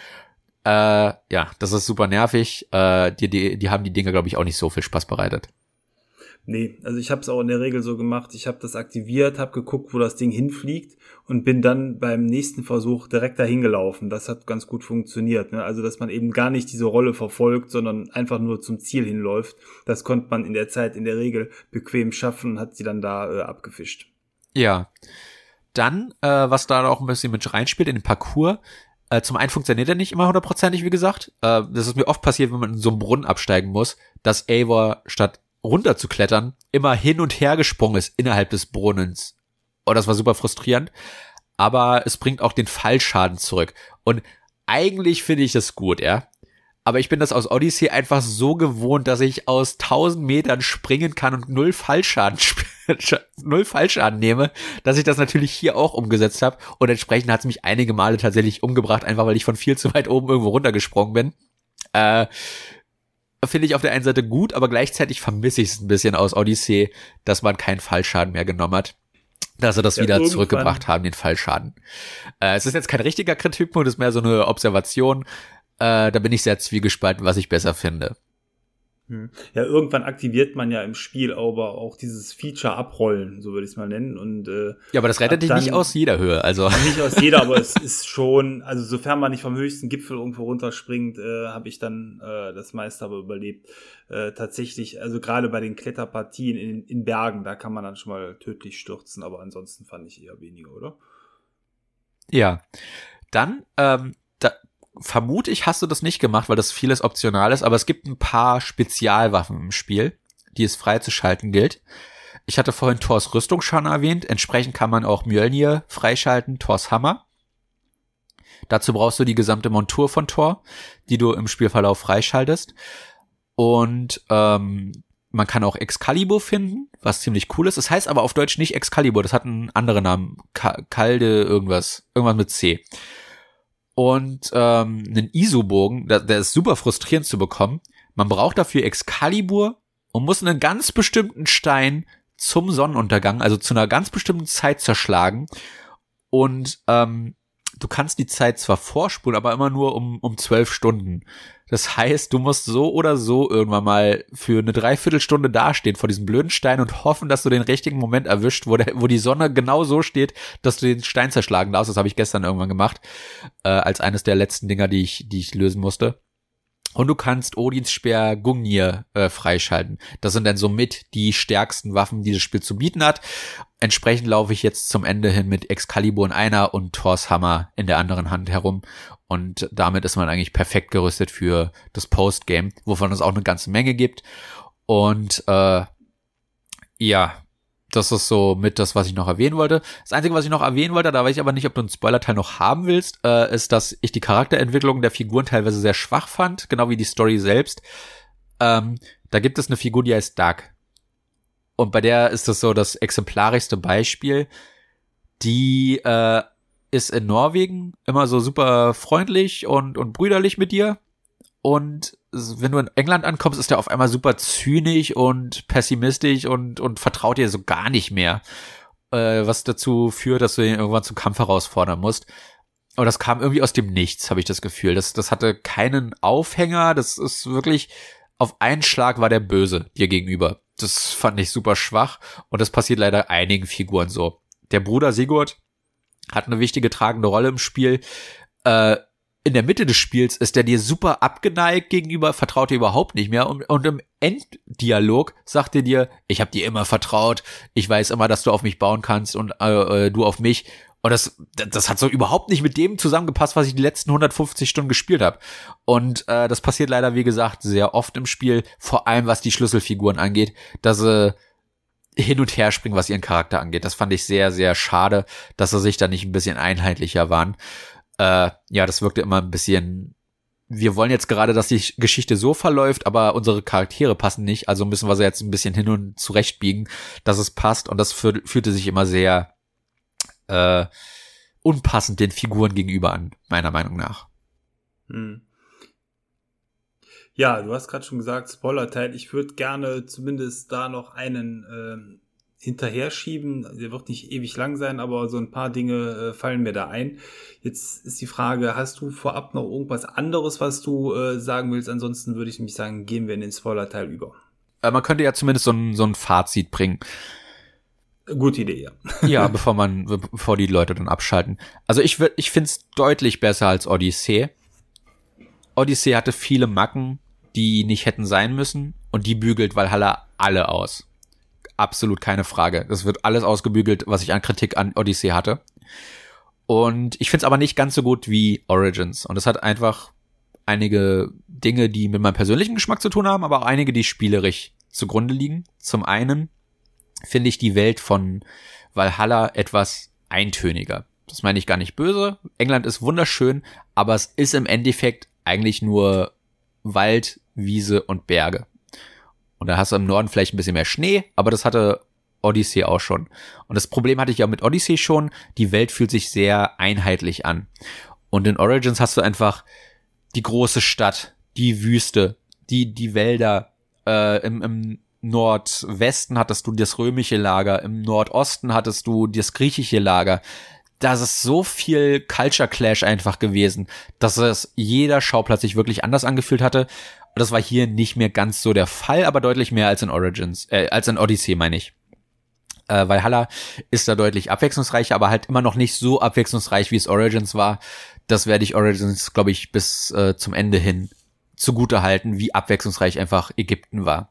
Das ist super nervig. Die haben die Dinger, glaube ich, auch nicht so viel Spaß bereitet. Nee, also ich habe es auch in der Regel so gemacht. Ich habe das aktiviert, habe geguckt, wo das Ding hinfliegt und bin dann beim nächsten Versuch direkt dahin gelaufen. Das hat ganz gut funktioniert. Ne? Also, dass man eben gar nicht diese Rolle verfolgt, sondern einfach nur zum Ziel hinläuft. Das konnte man in der Zeit in der Regel bequem schaffen und hat sie dann da abgefischt. Ja, dann, was da auch ein bisschen mit reinspielt in den Parcours, zum einen funktioniert er nicht immer hundertprozentig, wie gesagt. Das ist mir oft passiert, wenn man in so einen Brunnen absteigen muss, dass Eivor statt runter zu klettern immer hin und her gesprungen ist innerhalb des Brunnens. Oh, das war super frustrierend. Aber es bringt auch den Fallschaden zurück. Und eigentlich finde ich das gut, ja. Aber ich bin das aus Odyssey einfach so gewohnt, dass ich aus 1000 Metern springen kann und null Fallschaden nehme, dass ich das natürlich hier auch umgesetzt habe. Und entsprechend hat es mich einige Male tatsächlich umgebracht, einfach weil ich von viel zu weit oben irgendwo runtergesprungen bin. Finde ich auf der einen Seite gut, aber gleichzeitig vermisse ich es ein bisschen aus Odyssey, dass man keinen Fallschaden mehr genommen hat. Dass sie das wieder zurückgebracht haben, den Fallschaden. Es ist jetzt kein richtiger Kritikpunkt, es ist mehr so eine Observation. Da bin ich sehr zwiegespalten, was ich besser finde. Ja, irgendwann aktiviert man ja im Spiel aber auch dieses Feature abrollen, so würde ich es mal nennen. Und ja, aber das rettet dich nicht aus jeder Höhe. Also nicht aus jeder, aber es ist schon, also sofern man nicht vom höchsten Gipfel irgendwo runterspringt, habe ich dann das meiste aber überlebt. Tatsächlich, also gerade bei den Kletterpartien in Bergen, da kann man dann schon mal tödlich stürzen, aber ansonsten fand ich eher weniger, oder? Ja, dann vermute ich, hast du das nicht gemacht, weil das vieles optional ist, aber es gibt ein paar Spezialwaffen im Spiel, die es freizuschalten gilt. Ich hatte vorhin Thors Rüstung schon erwähnt, entsprechend kann man auch Mjölnir freischalten, Thors Hammer. Dazu brauchst du die gesamte Montur von Thor, die du im Spielverlauf freischaltest. Und man kann auch Excalibur finden, was ziemlich cool ist. Das heißt aber auf Deutsch nicht Excalibur, das hat einen anderen Namen, Kalde irgendwas mit C. Und einen Isu-Bogen, der ist super frustrierend zu bekommen. Man braucht dafür Excalibur und muss einen ganz bestimmten Stein zum Sonnenuntergang, also zu einer ganz bestimmten Zeit zerschlagen. Und du kannst die Zeit zwar vorspulen, aber immer nur um 12 Stunden. Das heißt, du musst so oder so irgendwann mal für eine Dreiviertelstunde dastehen vor diesem blöden Stein und hoffen, dass du den richtigen Moment erwischt, wo die Sonne genau so steht, dass du den Stein zerschlagen darfst. Das habe ich gestern irgendwann gemacht, als eines der letzten Dinger, die ich lösen musste. Und du kannst Odins Speer Gungnir freischalten. Das sind dann somit die stärksten Waffen, die das Spiel zu bieten hat. Entsprechend laufe ich jetzt zum Ende hin mit Excalibur in einer und Thors Hammer in der anderen Hand herum. Und damit ist man eigentlich perfekt gerüstet für das Postgame, wovon es auch eine ganze Menge gibt. Und ja, das ist so mit das, was ich noch erwähnen wollte. Das Einzige, was ich noch erwähnen wollte, da weiß ich aber nicht, ob du einen Spoilerteil noch haben willst, ist, dass ich die Charakterentwicklung der Figuren teilweise sehr schwach fand, genau wie die Story selbst. Da gibt es eine Figur, die heißt Dark. Und bei der ist das so das exemplarischste Beispiel. Die ist in Norwegen immer so super freundlich und brüderlich mit dir. Und wenn du in England ankommst, ist der auf einmal super zynisch und pessimistisch und vertraut dir so gar nicht mehr. Was dazu führt, dass du ihn irgendwann zum Kampf herausfordern musst. Aber das kam irgendwie aus dem Nichts, habe ich das Gefühl. Das hatte keinen Aufhänger. Das ist wirklich, auf einen Schlag war der böse dir gegenüber. Das fand ich super schwach. Und das passiert leider einigen Figuren so. Der Bruder Sigurd hat eine wichtige tragende Rolle im Spiel. In der Mitte des Spiels ist er dir super abgeneigt gegenüber, vertraut dir überhaupt nicht mehr und im Enddialog sagt er dir, ich habe dir immer vertraut, ich weiß immer, dass du auf mich bauen kannst und du auf mich. Und das hat so überhaupt nicht mit dem zusammengepasst, was ich die letzten 150 Stunden gespielt habe. Und das passiert leider, wie gesagt, sehr oft im Spiel, vor allem was die Schlüsselfiguren angeht, dass sie hin und her springen, was ihren Charakter angeht. Das fand ich sehr, sehr schade, dass sie sich da nicht ein bisschen einheitlicher waren. Ja, das wirkte immer ein bisschen, wir wollen jetzt gerade, dass die Geschichte so verläuft, aber unsere Charaktere passen nicht, also müssen wir sie jetzt ein bisschen hin und zurechtbiegen, dass es passt, und das fühlte sich immer sehr unpassend den Figuren gegenüber an, meiner Meinung nach. Ja, du hast gerade schon gesagt, Spoiler-Teil, ich würde gerne zumindest da noch einen hinterher schieben. Der wird nicht ewig lang sein, aber so ein paar Dinge fallen mir da ein. Jetzt ist die Frage, hast du vorab noch irgendwas anderes, was du sagen willst? Ansonsten würde ich nämlich sagen, gehen wir in den Spoiler-Teil über. Man könnte ja zumindest so ein Fazit bringen. Gute Idee, ja. Ja, bevor die Leute dann abschalten. Also ich finde es deutlich besser als Odyssey. Odyssey hatte viele Macken, die nicht hätten sein müssen, und die bügelt Valhalla alle aus. Absolut keine Frage. Das wird alles ausgebügelt, was ich an Kritik an Odyssey hatte. Und ich finde es aber nicht ganz so gut wie Origins. Und es hat einfach einige Dinge, die mit meinem persönlichen Geschmack zu tun haben, aber auch einige, die spielerisch zugrunde liegen. Zum einen finde ich die Welt von Valhalla etwas eintöniger. Das meine ich gar nicht böse. England ist wunderschön, aber es ist im Endeffekt eigentlich nur Wald, Wiese und Berge. Und da hast du im Norden vielleicht ein bisschen mehr Schnee, aber das hatte Odyssey auch schon. Und das Problem hatte ich ja mit Odyssey schon. Die Welt fühlt sich sehr einheitlich an. Und in Origins hast du einfach die große Stadt, die Wüste, die Wälder. Im Nordwesten hattest du das römische Lager, im Nordosten hattest du das griechische Lager. Das ist so viel Culture Clash einfach gewesen, dass es jeder Schauplatz sich wirklich anders angefühlt hatte. Das war hier nicht mehr ganz so der Fall, aber deutlich mehr als in Origins, als in Odyssey, meine ich. Valhalla ist da deutlich abwechslungsreicher, aber halt immer noch nicht so abwechslungsreich, wie es Origins war. Das werde ich Origins, glaube ich, bis zum Ende hin zugute halten, wie abwechslungsreich einfach Ägypten war.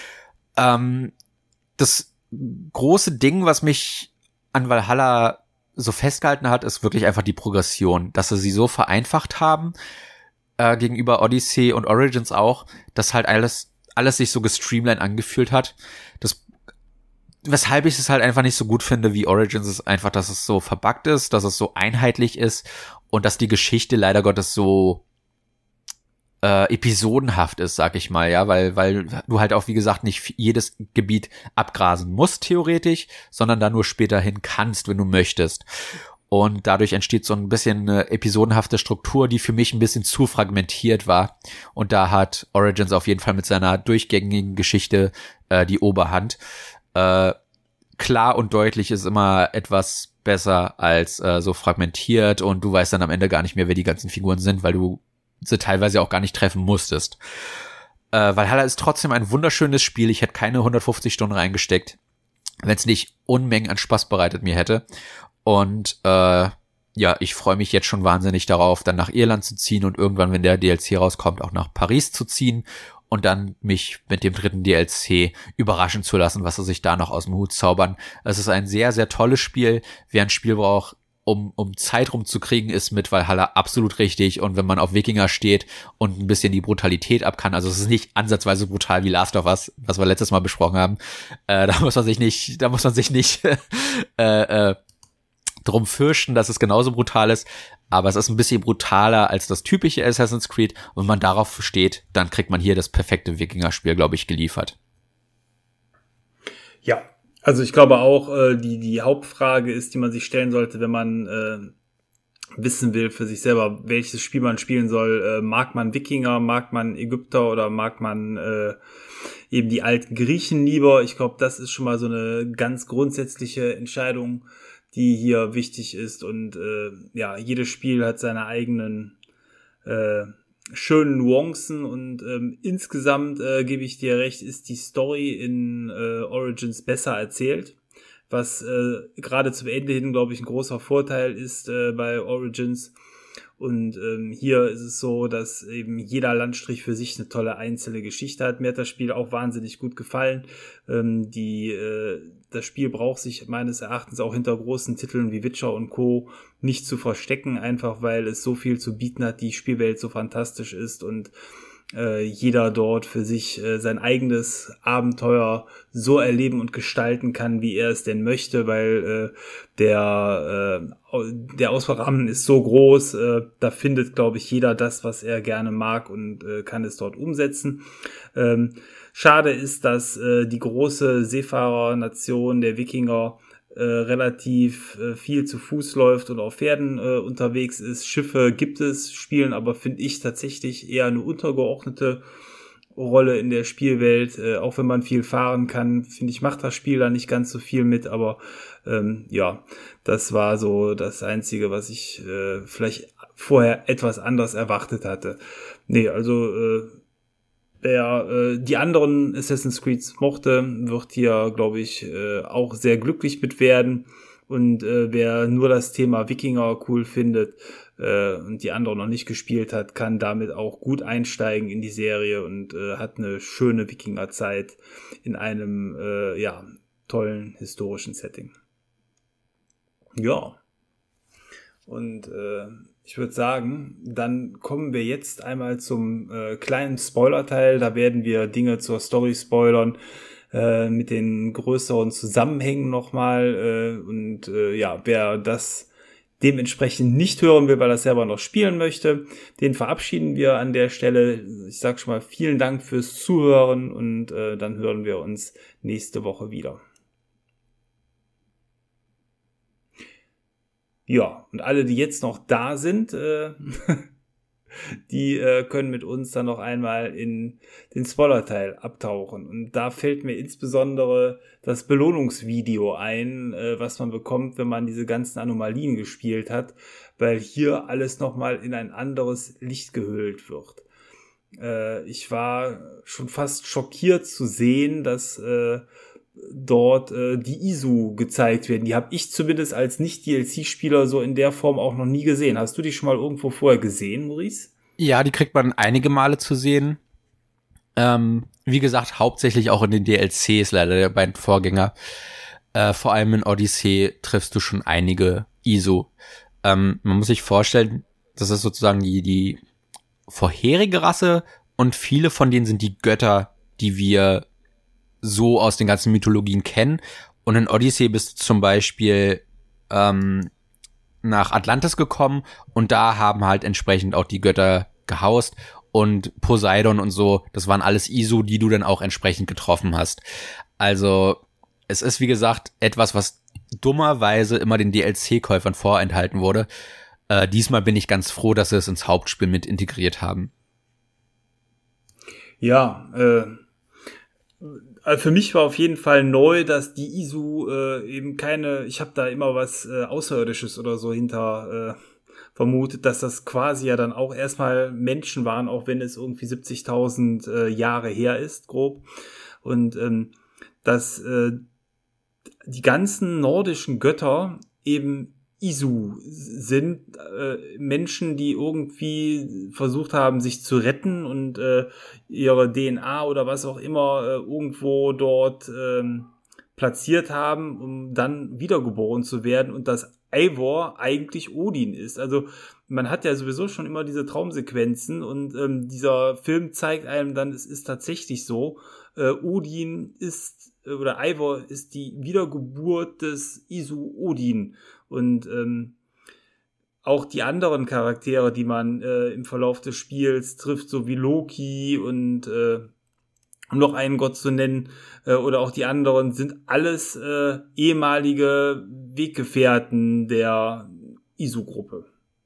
Das große Ding, was mich an Valhalla so festgehalten hat, ist wirklich einfach die Progression, dass sie so vereinfacht haben, gegenüber Odyssey und Origins auch, dass halt alles sich so gestreamlined angefühlt hat. Weshalb ich es halt einfach nicht so gut finde wie Origins, ist einfach, dass es so verbuggt ist, dass es so einheitlich ist und dass die Geschichte leider Gottes so episodenhaft ist, sag ich mal, ja, weil du halt auch, wie gesagt, nicht jedes Gebiet abgrasen musst, theoretisch, sondern da nur später hin kannst, wenn du möchtest. Und dadurch entsteht so ein bisschen eine episodenhafte Struktur, die für mich ein bisschen zu fragmentiert war. Und da hat Origins auf jeden Fall mit seiner durchgängigen Geschichte die Oberhand. klar und deutlich ist immer etwas besser als so fragmentiert und du weißt dann am Ende gar nicht mehr, wer die ganzen Figuren sind, weil du sie teilweise auch gar nicht treffen musstest. Valhalla ist trotzdem ein wunderschönes Spiel. Ich hätte keine 150 Stunden reingesteckt, wenn es nicht Unmengen an Spaß bereitet mir hätte. Und ja, ich freue mich jetzt schon wahnsinnig darauf, dann nach Irland zu ziehen und irgendwann, wenn der DLC rauskommt, auch nach Paris zu ziehen und dann mich mit dem 3. DLC überraschen zu lassen, was sie sich da noch aus dem Hut zaubern. Es ist ein sehr, sehr tolles Spiel. Wer ein Spiel braucht, um Zeit rumzukriegen, ist mit Valhalla absolut richtig. Und wenn man auf Wikinger steht und ein bisschen die Brutalität ab kann, also es ist nicht ansatzweise brutal wie Last of Us, was wir letztes Mal besprochen haben, da muss man sich nicht drum fürchten, dass es genauso brutal ist, aber es ist ein bisschen brutaler als das typische Assassin's Creed und wenn man darauf steht, dann kriegt man hier das perfekte Wikinger-Spiel, glaube ich, geliefert. Ja, also ich glaube auch, die Hauptfrage ist, die man sich stellen sollte, wenn man wissen will für sich selber, welches Spiel man spielen soll. Mag man Wikinger, mag man Ägypter oder mag man eben die alten Griechen lieber? Ich glaube, das ist schon mal so eine ganz grundsätzliche Entscheidung, die hier wichtig ist und ja, jedes Spiel hat seine eigenen schönen Nuancen und insgesamt gebe ich dir recht, ist die Story in Origins besser erzählt, was gerade zum Ende hin, glaube ich, ein großer Vorteil ist bei Origins. Und hier ist es so, dass eben jeder Landstrich für sich eine tolle einzelne Geschichte hat. Mir hat das Spiel auch wahnsinnig gut gefallen. Das Spiel braucht sich meines Erachtens auch hinter großen Titeln wie Witcher und Co. nicht zu verstecken, einfach weil es so viel zu bieten hat, die Spielwelt so fantastisch ist und jeder dort für sich sein eigenes Abenteuer so erleben und gestalten kann, wie er es denn möchte, weil der Auswahlrahmen ist so groß, da findet, glaube ich, jeder das, was er gerne mag und kann es dort umsetzen. Schade ist, dass die große Seefahrernation der Wikinger relativ viel zu Fuß läuft und auf Pferden unterwegs ist. Schiffe gibt es, spielen aber, finde ich, tatsächlich eher eine untergeordnete Rolle in der Spielwelt. Auch wenn man viel fahren kann, finde ich, macht das Spiel da nicht ganz so viel mit, aber ja, das war so das Einzige, was ich vielleicht vorher etwas anders erwartet hatte. Nee, also wer die anderen Assassin's Creeds mochte, wird hier, glaube ich, auch sehr glücklich mit werden. Und wer nur das Thema Wikinger cool findet und die anderen noch nicht gespielt hat, kann damit auch gut einsteigen in die Serie und hat eine schöne Wikingerzeit in einem ja, tollen historischen Setting. Ja. Und ich würde sagen, dann kommen wir jetzt einmal zum kleinen Spoiler-Teil. Da werden wir Dinge zur Story spoilern, mit den größeren Zusammenhängen nochmal. Und ja, wer das dementsprechend nicht hören will, weil er selber noch spielen möchte, den verabschieden wir an der Stelle. Ich sage schon mal vielen Dank fürs Zuhören und dann hören wir uns nächste Woche wieder. Ja, und alle, die jetzt noch da sind, die können mit uns dann noch einmal in den Spoiler-Teil abtauchen. Und da fällt mir insbesondere das Belohnungsvideo ein, was man bekommt, wenn man diese ganzen Anomalien gespielt hat, weil hier alles nochmal in ein anderes Licht gehüllt wird. Ich war schon fast schockiert zu sehen, dass dort die ISU gezeigt werden. Die habe ich zumindest als Nicht-DLC-Spieler so in der Form auch noch nie gesehen. Hast du die schon mal irgendwo vorher gesehen, Maurice? Ja, die kriegt man einige Male zu sehen. Wie gesagt, hauptsächlich auch in den DLCs leider der beiden Vorgänger. Vor allem in Odyssey triffst du schon einige ISU. Man muss sich vorstellen, das ist sozusagen die vorherige Rasse und viele von denen sind die Götter, die wir so aus den ganzen Mythologien kennen. Und in Odyssey bist du zum Beispiel nach Atlantis gekommen und da haben halt entsprechend auch die Götter gehaust und Poseidon und so, das waren alles ISU, die du dann auch entsprechend getroffen hast. Also es ist, wie gesagt, etwas, was dummerweise immer den DLC-Käufern vorenthalten wurde. Diesmal bin ich ganz froh, dass sie es ins Hauptspiel mit integriert haben. Ja, Also für mich war auf jeden Fall neu, dass die ISU eben keine, ich habe da immer was Außerirdisches oder so hinter vermutet, dass das quasi ja dann auch erstmal Menschen waren, auch wenn es irgendwie 70.000 Jahre her ist, grob. Und dass die ganzen nordischen Götter eben Isu sind, Menschen, die irgendwie versucht haben, sich zu retten und ihre DNA oder was auch immer irgendwo dort platziert haben, um dann wiedergeboren zu werden, und dass Eivor eigentlich Odin ist. Also man hat ja sowieso schon immer diese Traumsequenzen, und dieser Film zeigt einem dann, es ist tatsächlich so, Odin ist, oder Eivor ist die Wiedergeburt des Isu Odin. Und auch die anderen Charaktere, die man im Verlauf des Spiels trifft, so wie Loki und um noch einen Gott zu nennen, oder auch die anderen, sind alles ehemalige Weggefährten der Isu-Gruppe.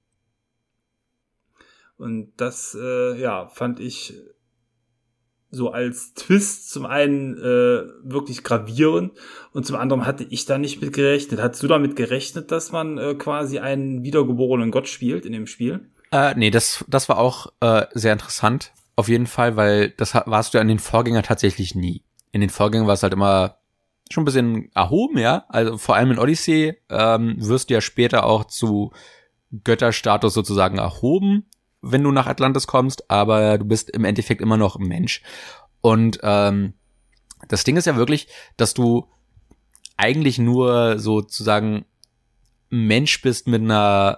Und das fand ich so als Twist zum einen wirklich gravierend, und zum anderen hatte ich da nicht mit gerechnet. Hattest du damit gerechnet, dass man quasi einen wiedergeborenen Gott spielt in dem Spiel? Nee, das war auch sehr interessant. Auf jeden Fall, weil das warst du ja in den Vorgängern tatsächlich nie. In den Vorgängern war es halt immer schon ein bisschen erhoben, ja. Also vor allem in Odyssey wirst du ja später auch zu Götterstatus sozusagen erhoben, wenn du nach Atlantis kommst, aber du bist im Endeffekt immer noch ein Mensch. Und das Ding ist ja wirklich, dass du eigentlich nur sozusagen Mensch bist mit einer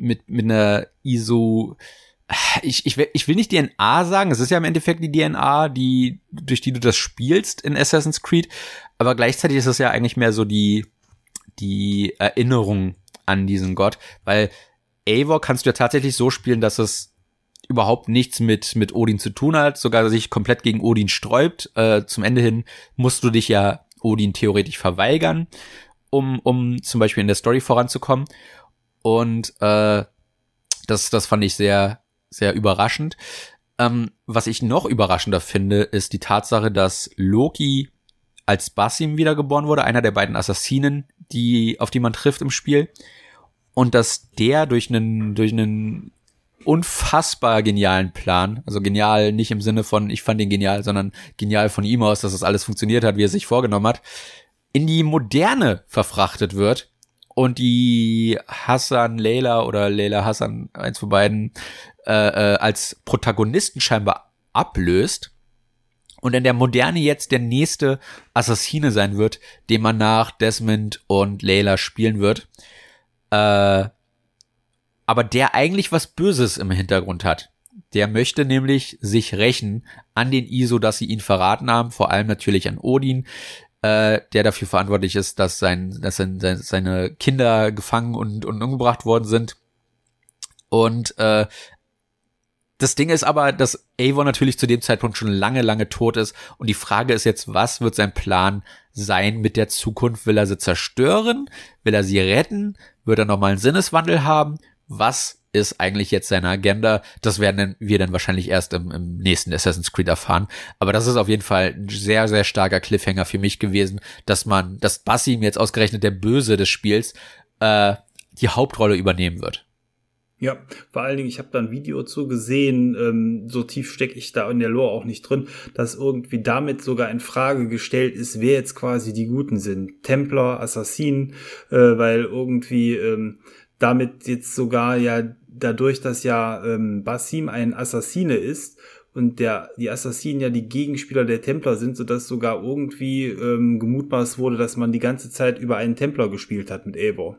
ISO. Ich will nicht DNA sagen, es ist ja im Endeffekt die DNA, durch die du das spielst in Assassin's Creed, aber gleichzeitig ist es ja eigentlich mehr so die Erinnerung an diesen Gott, weil Eivor kannst du ja tatsächlich so spielen, dass es überhaupt nichts mit Odin zu tun hat, sogar sich komplett gegen Odin sträubt. Zum Ende hin musst du dich ja Odin theoretisch verweigern, um zum Beispiel in der Story voranzukommen. Und das fand ich sehr, sehr überraschend. Was ich noch überraschender finde, ist die Tatsache, dass Loki als Basim wiedergeboren wurde, einer der beiden Assassinen, auf die man trifft im Spiel. Und dass der durch einen unfassbar genialen Plan, also genial nicht im Sinne von, ich fand ihn genial, sondern genial von ihm aus, dass das alles funktioniert hat, wie er sich vorgenommen hat, in die Moderne verfrachtet wird und die Hassan Layla oder Layla Hassan, eins von beiden, als Protagonisten scheinbar ablöst und in der Moderne jetzt der nächste Assassine sein wird, den man nach Desmond und Layla spielen wird. Aber der eigentlich was Böses im Hintergrund hat. Der möchte nämlich sich rächen an den ISO, dass sie ihn verraten haben, vor allem natürlich an Odin, der dafür verantwortlich ist, dass seine Kinder gefangen und umgebracht worden sind. Und das Ding ist aber, dass Eivor natürlich zu dem Zeitpunkt schon lange, lange tot ist. Und die Frage ist jetzt, was wird sein Plan sein mit der Zukunft? Will er sie zerstören? Will er sie retten? Wird er nochmal einen Sinneswandel haben? Was ist eigentlich jetzt seine Agenda? Das werden wir dann wahrscheinlich erst im nächsten Assassin's Creed erfahren. Aber das ist auf jeden Fall ein sehr, sehr starker Cliffhanger für mich gewesen, dass Basim jetzt ausgerechnet der Böse des Spiels die Hauptrolle übernehmen wird. Ja, vor allen Dingen, ich habe da ein Video zu gesehen, so tief stecke ich da in der Lore auch nicht drin, dass irgendwie damit sogar in Frage gestellt ist, wer jetzt quasi die Guten sind. Templer, Assassinen, weil irgendwie damit jetzt sogar ja dadurch, dass ja Basim ein Assassine ist und die Assassinen ja die Gegenspieler der Templer sind, sodass sogar irgendwie gemutmaßt wurde, dass man die ganze Zeit über einen Templer gespielt hat mit Eivor.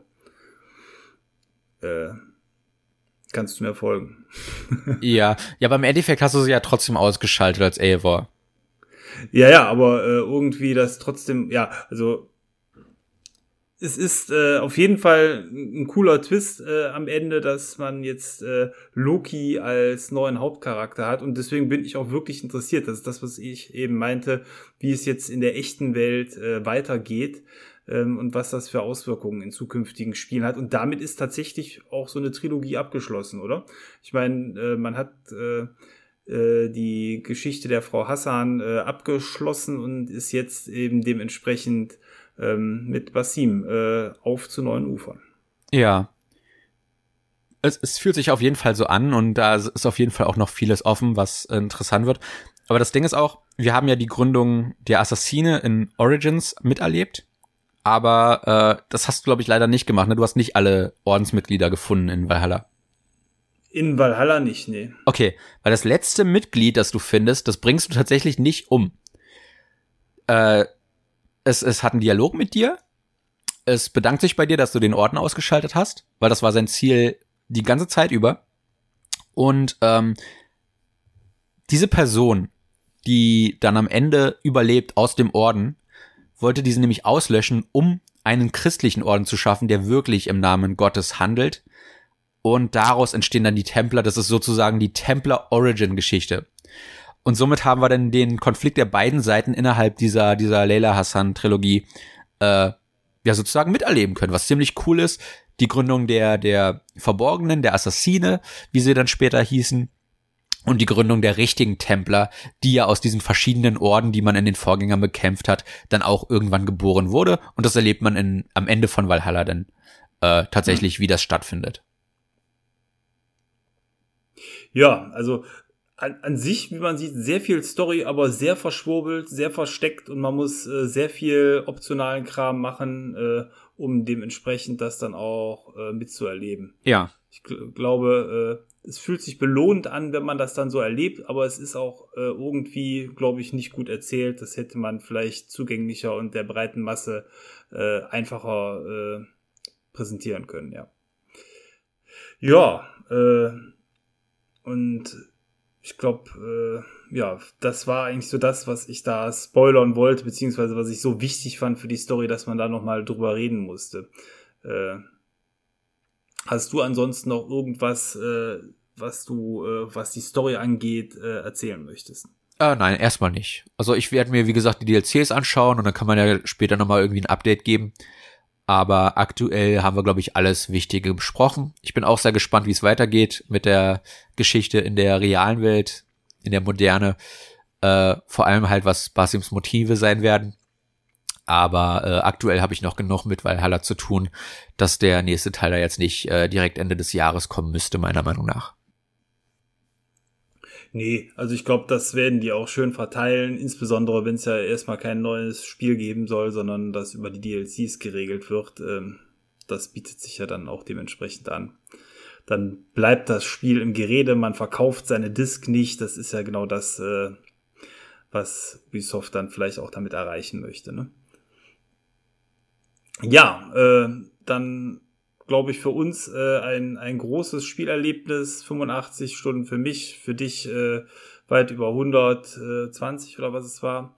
Kannst du mir folgen? Ja, aber im Endeffekt hast du sie ja trotzdem ausgeschaltet als Eivor. Ja, aber irgendwie das trotzdem, ja, also es ist auf jeden Fall ein cooler Twist am Ende, dass man jetzt Loki als neuen Hauptcharakter hat, und deswegen bin ich auch wirklich interessiert. Das ist das, was ich eben meinte, wie es jetzt in der echten Welt weitergeht. Und was das für Auswirkungen in zukünftigen Spielen hat. Und damit ist tatsächlich auch so eine Trilogie abgeschlossen, oder? Ich meine, man hat die Geschichte der Frau Hassan abgeschlossen und ist jetzt eben dementsprechend mit Basim auf zu neuen Ufern. Ja. Es fühlt sich auf jeden Fall so an und da ist auf jeden Fall auch noch vieles offen, was interessant wird. Aber das Ding ist auch, wir haben ja die Gründung der Assassine in Origins miterlebt, aber das hast du, glaube ich, leider nicht gemacht. Ne? Du hast nicht alle Ordensmitglieder gefunden in Valhalla. In Valhalla nicht, nee. Okay, weil das letzte Mitglied, das du findest, das bringst du tatsächlich nicht um. Es hat einen Dialog mit dir. Es bedankt sich bei dir, dass du den Orden ausgeschaltet hast, weil das war sein Ziel die ganze Zeit über. Und diese Person, die dann am Ende überlebt aus dem Orden, wollte diese nämlich auslöschen, um einen christlichen Orden zu schaffen, der wirklich im Namen Gottes handelt. Und daraus entstehen dann die Templer. Das ist sozusagen die Templer-Origin-Geschichte. Und somit haben wir dann den Konflikt der beiden Seiten innerhalb dieser Layla Hassan-Trilogie ja sozusagen miterleben können, was ziemlich cool ist. Die Gründung der Verborgenen, der Assassine, wie sie dann später hießen, und die Gründung der richtigen Templer, die ja aus diesen verschiedenen Orden, die man in den Vorgängern bekämpft hat, dann auch irgendwann geboren wurde. Und das erlebt man am Ende von Valhalla dann tatsächlich, wie das stattfindet. Ja, also an sich, wie man sieht, sehr viel Story, aber sehr verschwurbelt, sehr versteckt und man muss sehr viel optionalen Kram machen, um dementsprechend das dann auch mitzuerleben. Ja. Ich glaube, es fühlt sich belohnt an, wenn man das dann so erlebt, aber es ist auch irgendwie, glaube ich, nicht gut erzählt. Das hätte man vielleicht zugänglicher und der breiten Masse einfacher präsentieren können, ja. Ja, und ich glaube, ja, das war eigentlich so das, was ich da spoilern wollte, beziehungsweise was ich so wichtig fand für die Story, dass man da nochmal drüber reden musste. Hast du ansonsten noch irgendwas, was die Story angeht, erzählen möchtest? Nein, erstmal nicht. Also ich werde mir, wie gesagt, die DLCs anschauen und dann kann man ja später nochmal irgendwie ein Update geben. Aber aktuell haben wir, glaube ich, alles Wichtige besprochen. Ich bin auch sehr gespannt, wie es weitergeht mit der Geschichte in der realen Welt, in der Moderne. Vor allem halt, was Basims Motive sein werden. Aber aktuell habe ich noch genug mit Valhalla zu tun, dass der nächste Teil da jetzt nicht direkt Ende des Jahres kommen müsste, meiner Meinung nach. Nee, also ich glaube, das werden die auch schön verteilen, insbesondere wenn es ja erstmal kein neues Spiel geben soll, sondern das über die DLCs geregelt wird. Das bietet sich ja dann auch dementsprechend an. Dann bleibt das Spiel im Gerede, man verkauft seine Disc nicht. Das ist ja genau das, was Ubisoft dann vielleicht auch damit erreichen möchte, ne? Ja, dann glaube ich, für uns ein großes Spielerlebnis, 85 Stunden für mich, für dich weit über 120 oder was es war.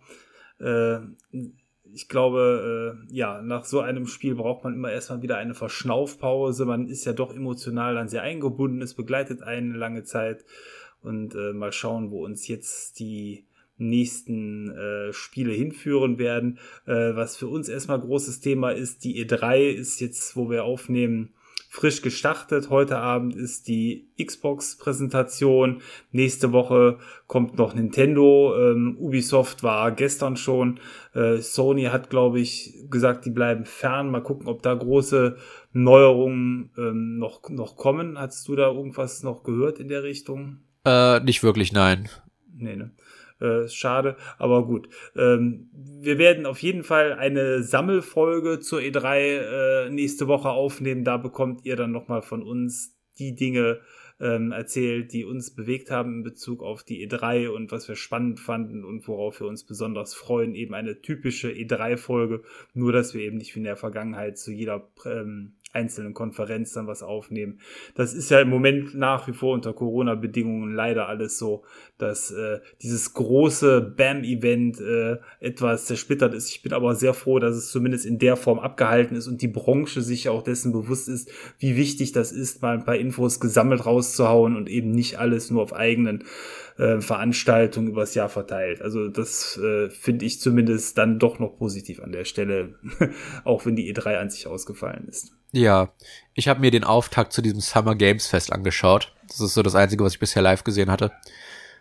Ich glaube, ja, nach so einem Spiel braucht man immer erstmal wieder eine Verschnaufpause. Man ist ja doch emotional dann sehr eingebunden, es begleitet einen eine lange Zeit und mal schauen, wo uns jetzt die nächsten Spiele hinführen werden. Was für uns erstmal großes Thema ist, die E3 ist jetzt, wo wir aufnehmen, frisch gestartet. Heute Abend ist die Xbox-Präsentation. Nächste Woche kommt noch Nintendo. Ubisoft war gestern schon. Sony hat, glaube ich, gesagt, die bleiben fern. Mal gucken, ob da große Neuerungen noch kommen. Hast du da irgendwas noch gehört in der Richtung? Nicht wirklich, nein. Nee, ne? Schade, aber gut. Wir werden auf jeden Fall eine Sammelfolge zur E3 nächste Woche aufnehmen. Da bekommt ihr dann nochmal von uns die Dinge erzählt, die uns bewegt haben in Bezug auf die E3 und was wir spannend fanden und worauf wir uns besonders freuen. Eben eine typische E3-Folge, nur dass wir eben nicht wie in der Vergangenheit zu jeder einzelnen Konferenz dann was aufnehmen. Das ist ja im Moment nach wie vor unter Corona-Bedingungen leider alles so, dass dieses große BAM-Event etwas zersplittert ist. Ich bin aber sehr froh, dass es zumindest in der Form abgehalten ist und die Branche sich ja auch dessen bewusst ist, wie wichtig das ist, mal ein paar Infos gesammelt rauszuhauen und eben nicht alles nur auf eigenen Veranstaltungen übers Jahr verteilt. Also das finde ich zumindest dann doch noch positiv an der Stelle, auch wenn die E3 an sich ausgefallen ist. Ja, ich habe mir den Auftakt zu diesem Summer Games Fest angeschaut. Das ist so das Einzige, was ich bisher live gesehen hatte.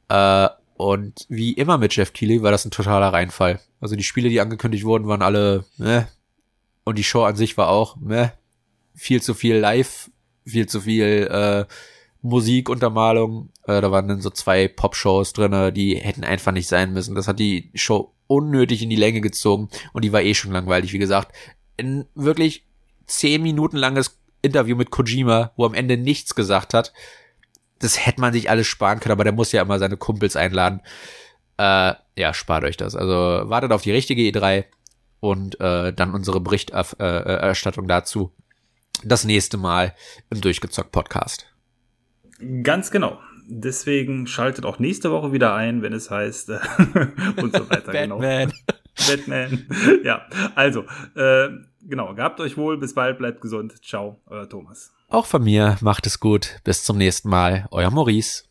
Und wie immer mit Jeff Keighley war das ein totaler Reinfall. Also die Spiele, die angekündigt wurden, waren alle, und die Show an sich war auch, viel zu viel live, viel zu viel Musikuntermalung. Da waren dann so 2 Pop-Shows drinne, die hätten einfach nicht sein müssen. Das hat die Show unnötig in die Länge gezogen und die war eh schon langweilig, wie gesagt. Ein wirklich 10 Minuten langes Interview mit Kojima, wo am Ende nichts gesagt hat. Das hätte man sich alles sparen können, aber der muss ja immer seine Kumpels einladen. Spart euch das. Also wartet auf die richtige E3 und dann unsere Berichterstattung dazu das nächste Mal im Durchgezockt-Podcast. Ganz genau. Deswegen schaltet auch nächste Woche wieder ein, wenn es heißt und so weiter. Batman. Batman. Ja, also, genau. Gehabt euch wohl. Bis bald. Bleibt gesund. Ciao, euer Thomas. Auch von mir. Macht es gut. Bis zum nächsten Mal. Euer Maurice.